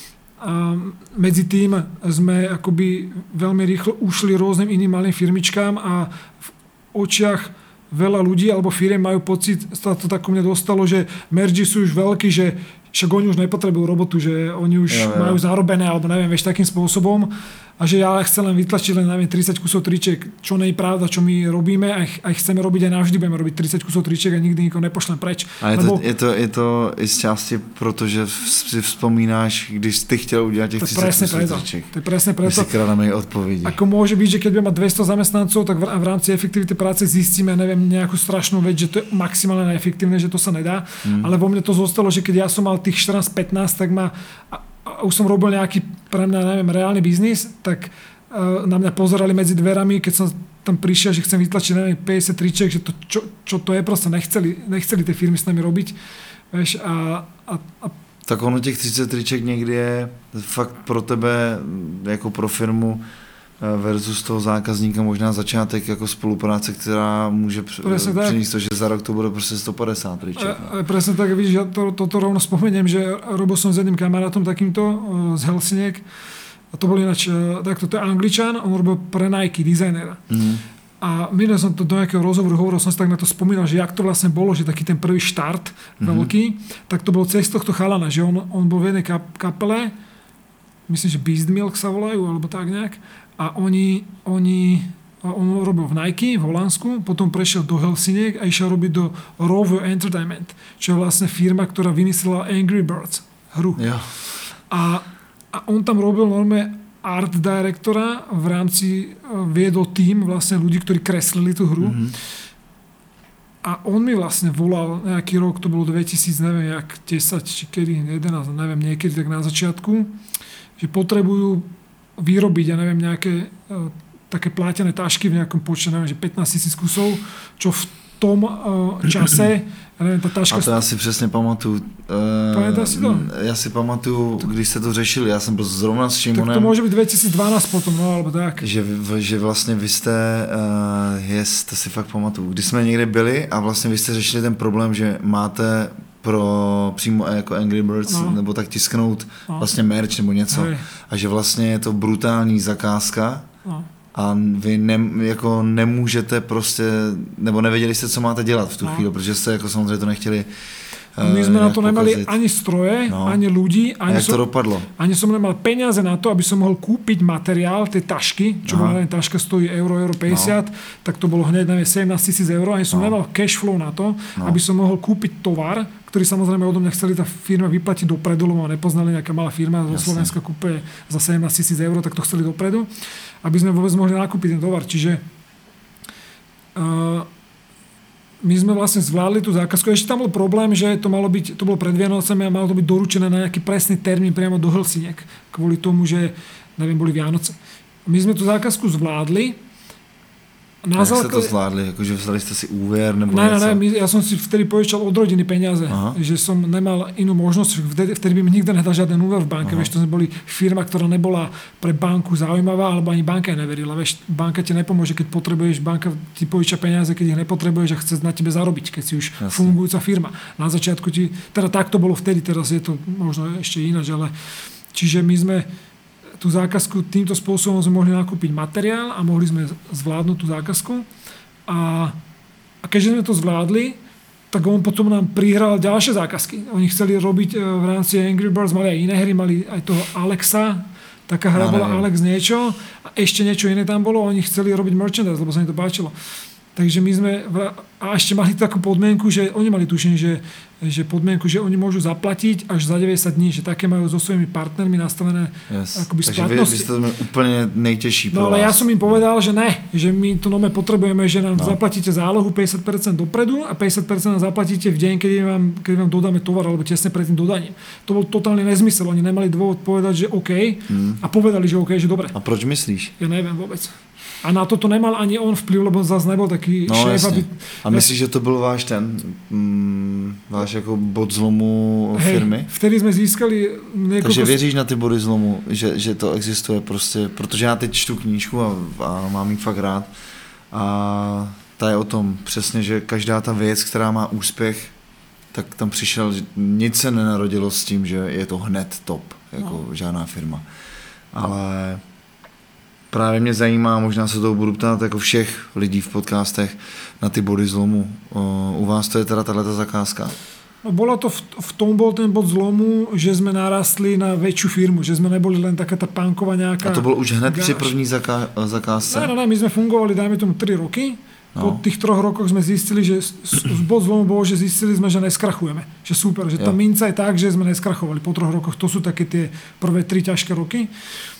A medzi tým sme akoby veľmi rýchlo ušli rôznym iným malým firmičkám a v očiach veľa ľudí alebo firiem majú pocit, sa to tak ku mne dostalo, že mergy sú už veľkí, že však oni už nepotrebujú robotu, že oni už ja, ja. majú zarobené alebo neviem, vieš, takým spôsobom. A že ja chcem len vytlačiť len neviem, tridsať kusov tričiek, čo nie je pravda, čo my robíme a ich, a ich chceme robiť aj navždy, budeme robiť tridsať kusov tričiek a nikdy nikoho nepošlem preč. A je, lebo... to, je, to, je to i z časti, protože si vzpomínáš, když ty chtěl udělat těch tridsať kusov tričiek. To je presne preto. My si krademe odpovědi. Ako môže byť, že keď budeme mať dvesto zamestnancov, tak v, v rámci efektivity práce zistíme, neviem, nejakú strašnú vec, že to je maximálne neefektívne, že to sa nedá. Hmm. Ale vo mne to zostalo, že keď ja som mal tých štrnásť pätnásť, tak ma a, a už som robil nejaký pre mňa, neviem, reálny biznis, tak na mňa pozerali medzi dverami, keď som tam prišiel, že chcem vytlačiť neviem, päťdesiat tričiek, že to, čo, čo to je, proste nechceli, nechceli tie firmy s nami robiť. Vieš, a, a, a... Tak ono těch třicet triček někdy je fakt pro tebe, jako pro firmu versus toho zákazníka možná začátek jako spolupráce, která může přinést to, že za rok to bude prostě sto padesát triček. No. Presne tak, vidíš, ja to, toto rovno spomeniem, že robil som s jedným kamarátom takýmto z Helsiniek. A to bol ináč, tak to je Angličan, on robil pre Nike, dizajnera. Mm. A minulé som to do nejakého rozhovoru hovoril, som si tak na to spomínal, že jak to vlastne bolo, že taký ten prvý štart mm-hmm. veľký, tak to bol cez tohto chalana, že on, on bol v jednej kapele, myslím, že Beast Milk sa volajú, alebo tak nejak, a oni, oni a on robil v Nike, v Holandsku, potom prešiel do Helsiniek a išiel robiť do Rovio Entertainment, čo je vlastne firma, ktorá vymyslela Angry Birds hru. Ja. A A on tam robil normálne art directora, v rámci viedol tým vlastne ľudí, ktorí kreslili tú hru. Mm-hmm. A on mi vlastne volal nejaký rok, to bolo dvetisíc, neviem, jak desať, či kedy, jedenásť, neviem, niekedy tak na začiatku, že potrebujú vyrobiť, ja neviem, nejaké uh, také plátené tašky v nejakom počte, neviem, že pätnásť tisíc kusov, čo v tom uh, čase, ja neviem, tá taška... A to já si přesně pamatuju. Uh, si to? Já si pamatuju, když jste to řešili, já jsem byl zrovna s Šimonem. Tak to může být dvetisíc dvanásť potom, no, alebo tak. Že, že vlastně vy jste, uh, jest, to si fakt pamatuju, když jsme někde byli a vlastně vy jste řešili ten problém, že máte pro přímo jako Angry Birds, no. nebo tak tisknout no. vlastně merch nebo něco. Hej. A že vlastně je to brutální zakázka no. a vy ne, jako nemůžete prostě, nebo nevěděli jste, co máte dělat v tu no. chvíli, protože jste jako samozřejmě to nechtěli. My sme na to nemali ani stroje, no. ani ľudí, ani som, to ani som nemal peniaze na to, aby som mohol kúpiť materiál, tie tašky, čo bola taška stojí euro, euro päťdesiat, no. tak to bolo hneď na sedemnásť tisíc eur, ani som no. nemal cash flow na to, no. aby som mohol kúpiť tovar, ktorý samozrejme odo mňa chceli tá firma vyplatiť dopredu, lebo nepoznali nejaká malá firma zo Slovenska kúpe za sedemnásť tisíc eur, tak to chceli dopredu, aby sme vôbec mohli nakúpiť ten tovar. Čiže uh, my sme vlastne zvládli tú zákazku. Ešte tam bol problém, že to malo byť, to bolo pred Vianocami a malo to byť doručené na nejaký presný termín priamo do Helsiniek. Kvôli tomu, že, neviem, boli Vianoce. My sme tú zákazku zvládli. Na jak ste to zvládli? Akože vzali ste si úver? Nebo ne, ne, ne, ja som si vtedy požičal od rodiny peniaze. Aha. Že som nemal inú možnosť. Vtedy, vtedy by mi nikto nedal žiaden úver v banke. Vieš, to sme boli firma, ktorá nebola pre banku zaujímavá, alebo ani banka neverila. Vieš, banka ti nepomôže, keď potrebuješ, banka ti požiča peniaze, keď ich nepotrebuješ a chce na tebe zarobiť, keď si už Jasne. fungujúca firma. Na začiatku ti, teda tak to bolo vtedy, teraz je to možno ešte ináč, ale čiže my sme tú zákazku týmto spôsobom sme mohli nakúpiť materiál a mohli sme zvládnuť tú zákazku. A, a keďže sme to zvládli, tak on potom nám prihral ďalšie zákazky. Oni chceli robiť v rámci Angry Birds, mali aj iné hry, mali aj toho Alexa, taká hra no, bola neviem. Alex niečo a ešte niečo iné tam bolo, oni chceli robiť merchandise, lebo sa im to páčilo. Takže my sme, a ešte mali takú podmienku, že oni mali tušenie, že, že podmienku, že oni môžu zaplatiť až za deväťdesiat dní, že také majú so svojimi partnermi nastavené yes. akoby splatnosti. Takže vy, vy ste to úplne nejtežší pro No ale vás. ja som im povedal, že ne, že my to nome potrebujeme, že nám no. zaplatíte zálohu päťdesiat percent dopredu a päťdesiat percent nám zaplatíte v deň, keď vám, keď vám dodáme tovar, alebo tesne pred tým dodaním. To bol totálny nezmysel, oni nemali dôvod povedať, že OK hmm. a povedali, že OK, že dobre. A proč myslíš? Ja neviem vôbec. A na to to nemal ani on vplyv, lebo zase nebol taký no, šéf. Aby... A myslíš, ja... že to byl váš ten, mm, váš jako bod zlomu Hej, firmy? Vtedy sme získali niekoľko... Takže věříš na ty body zlomu, že, že to existuje prostě, protože já teď čtu knížku a, a mám ji fakt rád. A ta je o tom přesně, že každá ta věc, která má úspěch, tak tam přišel, že nic se nenarodilo s tím, že je to hned top, jako no. žádná firma. Ale... Právě mě zajímá, možná se toho budu ptát jako všech lidí v podcastech na ty body zlomu. U vás to je teda tato zakázka? No, bola to v, v tom bol ten bod zlomu, že sme narastli na väčšiu firmu, že sme neboli len taká tá pánková nejaká... A to bolo už hned při první zaká- zakázce? Ne, ne, ne, my sme fungovali, dajme tomu tri roky. No. Po tých troch rokoch sme zistili, že bod zlomu bolo, že zistili sme, že neskrachujeme. Že super, že tá minca je tak, že sme neskrachovali po troch rokoch. To sú také tie prvé tri ťažké roky.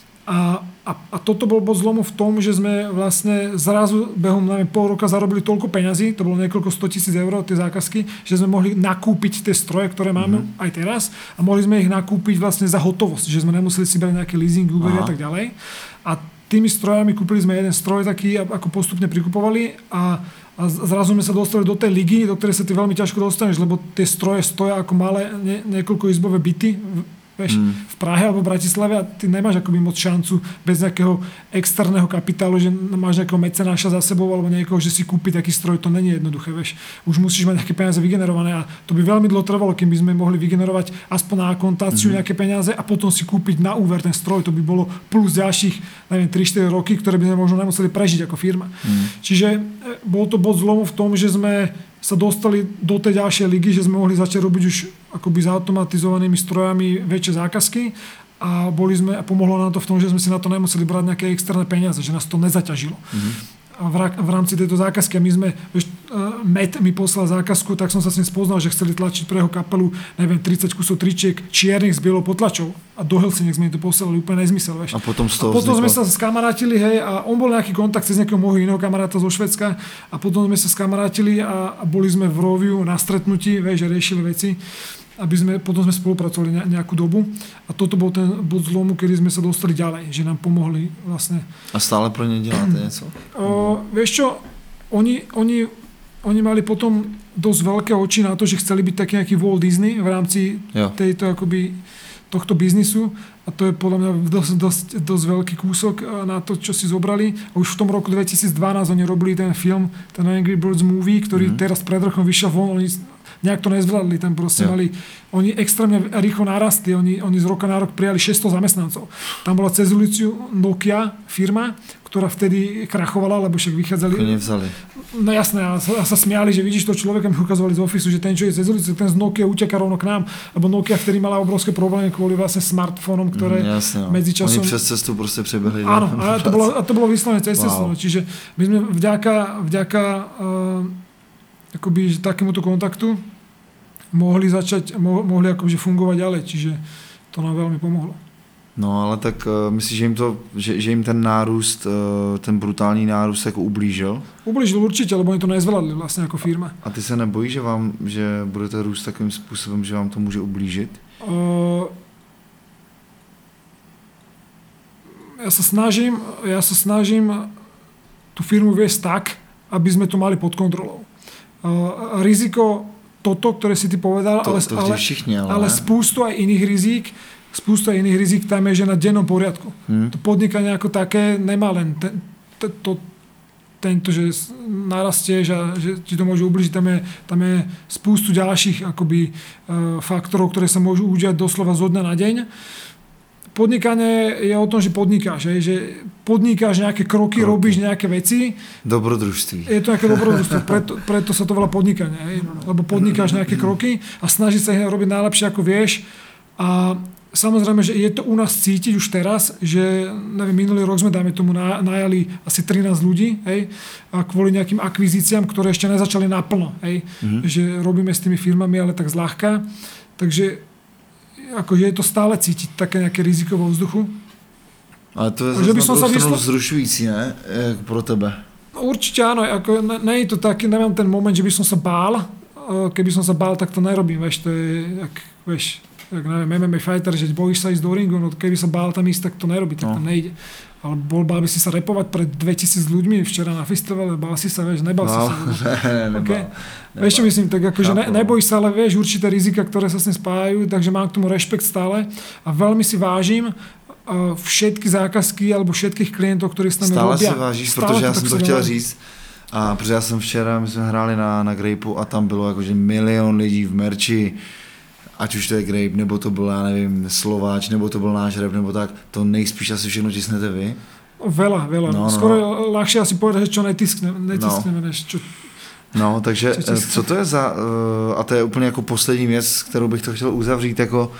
A, a, a toto bol bod zlomu v tom, že sme vlastne zrazu behom neviem, pol roka zarobili toľko peňazí, to bolo niekoľko sto tisíc eur tie zákazky, že sme mohli nakúpiť tie stroje, ktoré máme mm-hmm. aj teraz a mohli sme ich nakúpiť vlastne za hotovosť, že sme nemuseli si brať nejaké leasing, Uber a tak ďalej. A tými strojami kúpili sme jeden stroj taký, ako postupne prikupovali a, a zrazu sme sa dostali do tej ligy, do ktorej sa ty veľmi ťažko dostaneš, lebo tie stroje stoja ako malé nie, niekoľko izbové byty, Vieš, mm. v Prahe alebo v Bratislave a ty nemáš akoby moc šancu bez nejakého externého kapitálu, že máš nejakého mecenáša za sebou alebo niekoho, že si kúpi taký stroj, to není jednoduché, vieš. Už musíš mať nejaké peniaze vygenerované a to by veľmi dlho trvalo, kým by sme mohli vygenerovať aspoň na akontáciu mm. nejaké peniaze a potom si kúpiť na úver ten stroj, to by bolo plus ďalších, neviem, tri štyri roky, ktoré by sme možno nemuseli prežiť ako firma. Mm. Čiže bol to bod zlomu v tom, že sme sa dostali do tej ďalšej ligy, že sme mohli začať robiť už akoby s automatizovanými strojami väčšie zákazky a boli sme, a pomohlo nám to v tom, že sme si na to nemuseli brať nejaké externé peniaze, že nás to nezaťažilo. Mm-hmm. V, v rámci tejto zákazky a my sme, vieš, Matt mi poslal zákazku, tak som sa s ním spoznal, že chceli tlačiť pre jeho kapelu, neviem, tridsať kusov tričiek čiernych s bielou potlačou a do Helsiniek sme im to poslali, úplne nezmysel, vieš. A potom, a potom sme sa skamarátili, hej, a on bol nejaký kontakt cez nejakého môjho iného kamaráta zo Švédska a potom sme sa skamarátili a, a boli sme v Roviu na stretnutí, vieš, a riešili veci. Aby sme, potom sme spolupracovali nejakú dobu a toto bol ten bod zlomu, kedy sme sa dostali ďalej, že nám pomohli vlastne. A stále pro ne děláte něco? O, vieš čo, oni, oni, oni mali potom dosť veľké oči na to, že chceli byť taký nejaký Walt Disney v rámci jo. tejto akoby tohto biznisu a to je podľa mňa dosť, dosť, dosť veľký kúsok na to, čo si zobrali. A už v tom roku dvetisícdvanásť oni robili ten film, ten Angry Birds movie, ktorý mm-hmm. teraz pred rokom vyšiel von. Oni nejak to nezvládli, tam proste jo. mali, oni extrémne rýchlo narastli, oni, oni z roka na rok prijali šesťsto zamestnancov. Tam bola cez ulicu Nokia firma, ktorá vtedy krachovala, lebo však vychádzali... Ko nevzali. No jasné, a sa, a sa smiali, že vidíš to človeka, mi ukazovali z ofisu, že ten, čo je cez ulicu, ten z Nokia uteká rovno k nám, lebo Nokia vtedy mala obrovské problémy kvôli vlastne smartfónom, ktoré mm, jasné, no. medzičasom... Oni přes cestu proste prebehli. Áno, a to bolo, a to bolo vyslovene cez cestu. Wow. Čiže my sme vďaka, vďaka uh, akoby takémuto kontaktu mohli začať, mo, mohli akoby fungovať ďalej, čiže to nám veľmi pomohlo. No ale tak uh, myslíš, že jim, to, že, že jim ten nárůst, uh, ten brutální nárůst jako ublížil? Ublížil určitě, lebo oni to nezvládli vlastně jako firma. A ty se nebojíš, že, vám, že budete růst takovým způsobem, že vám to může ublížit? Uh, ja sa snažím, ja sa snažím tú firmu viesť tak, aby sme to mali pod kontrolou. Uh, riziko toto, ktoré si ty povedal, to, ale, to ale, všichni, ale, ale spústu aj iných rizík, spústu aj iných rizik tam je, že na dennom poriadku. Hmm. To podnikanie ako také nemá len ten, to, to, tento, že narastieš a že ti to môže ubližiť. Tam je, tam je spústu ďalších akoby, uh, faktorov, ktoré sa môžu udiať doslova zo dňa na deň. Podnikanie je o tom, že podnikáš, že podnikáš nejaké kroky, kroky. Robíš nejaké veci. Dobrodružství. Je to nejaké dobrodružstvo, preto, preto sa to volá podnikanie. Hej? Lebo podnikáš nejaké kroky a snažíš sa ich robiť najlepšie, ako vieš. A samozrejme, že je to u nás cítiť už teraz, že neviem, minulý rok sme, dajme tomu, najali asi trinásť ľudí, hej? A kvôli nejakým akvizíciám, ktoré ešte nezačali naplno. Hej? Mm-hmm. Že robíme s tými firmami, ale tak zľahka. Takže akože je to stále cítiť také nejaké riziko vo vzduchu. Ale to je zase na druhou stranu vzrušující, ne? Jak pro tebe. Určite áno, ako ne, ne je to taký, nemám ten moment, že by som sa bál. Keby som sa bál, tak to nerobím, vieš, to je, jak, vieš, jak neviem, em em á fighter, že bojíš sa ísť do ringu, no keby sa bál tam ísť, tak to nerobí, tak no. Tam nejde. Ale bol, bál by si sa repovať pred dvetisíc ľuďmi včera na festivale, bál si sa, vieš, nebal no, si sa. Ne, okay? nebal. Vieš čo myslím, tak akože ne, nebojíš sa, ale vieš určité rizika, ktoré sa s tým spájajú, takže mám k tomu rešpekt stále a veľmi si vážim uh, všetky zákazky alebo všetkých klientov, ktorí s nami stále robia. Si vážíš, stále protože já jsem to chtěl říct. A protože já jsem včera, my jsme hráli na, na Grapeu a tam bylo jakože milion lidí v merči. Ať už to je Grape, nebo to byl, já nevím, Slováč, nebo to byl náš rap, nebo tak, to nejspíš asi všechno tisnete vy? Veľa, veľa. No, no. Skoro je ľahšie asi povedať, že čo netiskneme, netiskneme, no. Než čo... No, takže co to je za, a to je úplně jako poslední věc, kterou bych to chtěl uzavřít, jako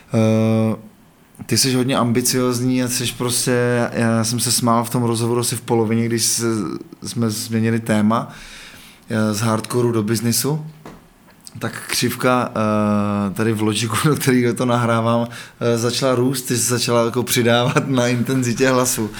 ty jsi hodně ambiciozní a jsi prostě, já jsem se smál v tom rozhovoru asi v polovině, když se, jsme změnili téma z hardcoreu do biznisu. Tak křivka tady v Logiku, do kterého to nahrávám, začala růst, ty jsi začala jako přidávat na intenzitě hlasu.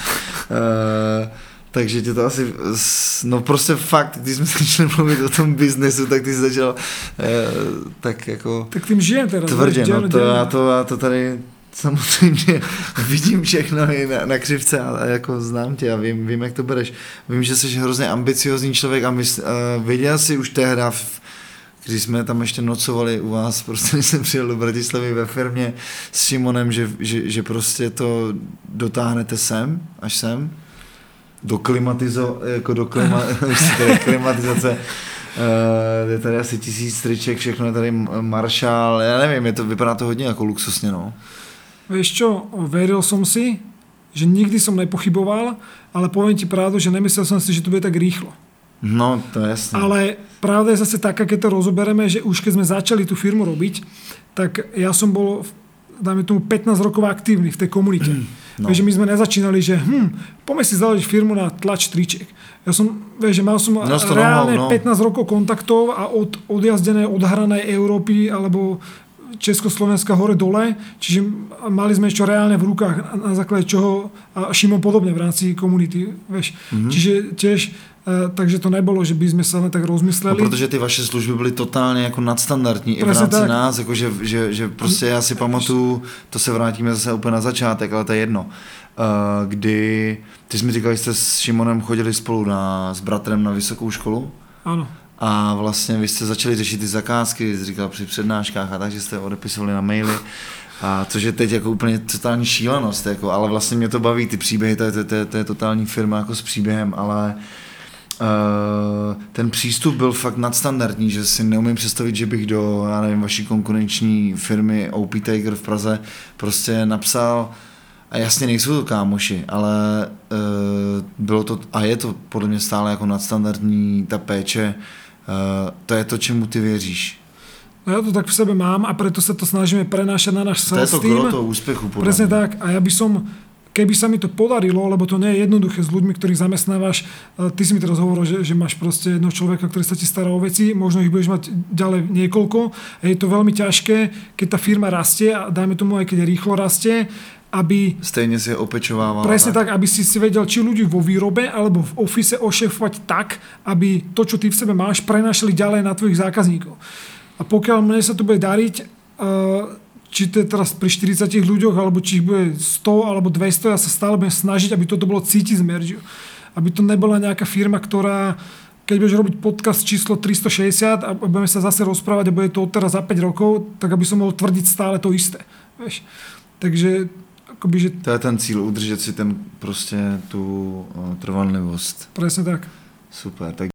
Takže tě to asi, no prostě fakt, když jsme začali mluvit o tom biznesu, tak ty jsi začal tak jako tak tím žijem teda. Tvrdě, no to já to, já to tady samozřejmě vidím všechno i na, na křivce a jako znám tě a vím, vím, jak to bereš. Vím, že jsi hrozně ambiciozní člověk a mysl, věděl jsi už tehda když jsme tam ještě nocovali u vás, prostě když jsem přijel do Bratislavy ve firmě s Šimonem, že, že, že prostě to dotáhnete sem, až sem, do klimatizo, jako do klima, klimatizace, uh, je tady asi tisíc striček, všechno je tady Marshall, já nevím, je to, vypadá to hodně jako luxusně, no. Vieš čo, veril som si, že nikdy som nepochyboval, ale poviem ti pravdu, že nemyslel som si, že to bude tak rýchlo. No, to je jasné. Ale pravda je zase taká, keď to rozobereme, že už keď sme začali tú firmu robiť, tak ja som bol, dajme tomu, pätnásť rokov aktívny v tej komunite. No. Vieš, že my sme nezačínali, že hm, poďme si založiť firmu na tlač triček. Ja som, vieš, že mal som no, reálne no. pätnásť rokov kontaktov a od, odjazdené, odhranej Európy alebo Československa hore dole, čiže mali sme čo reálne v rukách, na základe čoho a Šimon podobne v rámci komunity, vieš. Mm-hmm. Čiže tiež Uh, takže to nebolo, že by sme sa len tak rozmysleli. No, protože ty vaše služby byly totálně jako nadstandardní i v rámci tak. nás, jako že, že, že prostě já si pamatuju, to se vrátíme zase úplně na začátek, ale to je jedno. Uh, kdy, ty jsi mi říkal, že jste s Šimonem chodili spolu na, s bratrem na vysokou školu. Ano. A vlastně vy jste začali řešit ty zakázky, jsi říkal při přednáškách a tak, že jste odepisovali na maily. A což je teď jako úplně totální šílenost, jako, ale vlastně mě to baví, ty příběhy, to je, to, to, to je totální firma jako s příběhem, ale Uh, ten přístup byl fakt nadstandardní, že si neumím představit, že bych do, já nevím, vaší konkurenční firmy O P Tiger v Praze prostě napsal, a jasně nejsou to kámoši, ale uh, bylo to, a je to podle mě stále jako nadstandardní ta péče, uh, to je to, čemu ty věříš. No ja to tak v sebe mám a preto sa to snažíme prenášať na náš sales team. To je to gro toho úspechu. Presne tak. A ja by som, keby sa mi to podarilo, lebo to nie je jednoduché s ľuďmi, ktorých zamestnávaš, ty si mi teraz hovoril, že, že máš proste jedného človeka, ktorý sa ti stará o veci, možno ich budeš mať ďalej niekoľko. A je to veľmi ťažké, keď tá firma rastie a dajme tomu aj keď rýchlo rastie, aby... Stejne si je opečovávala. Presne tak, aby si si vedel, či ľudí vo výrobe alebo v office ošefovať tak, aby to, čo ty v sebe máš, prenášali ďalej na tvojich zákazníkov. A pokiaľ mne sa to bude dariť, či to je teraz pri štyridsiatich ľuďoch, alebo či ich bude sto alebo dvesto, ja sa stále budem snažiť, aby toto bolo cítiť z Mergiu. Aby to nebola nejaká firma, ktorá, keď budeš robiť podcast číslo tristošesťdesiat a budeme sa zase rozprávať a bude to odteraz za päť rokov, tak aby som mohol tvrdiť stále to isté. Vieš? Takže akoby, že... To je ten cíl, udržet si ten prostě tu trvanlivost. Presne tak. Super, tak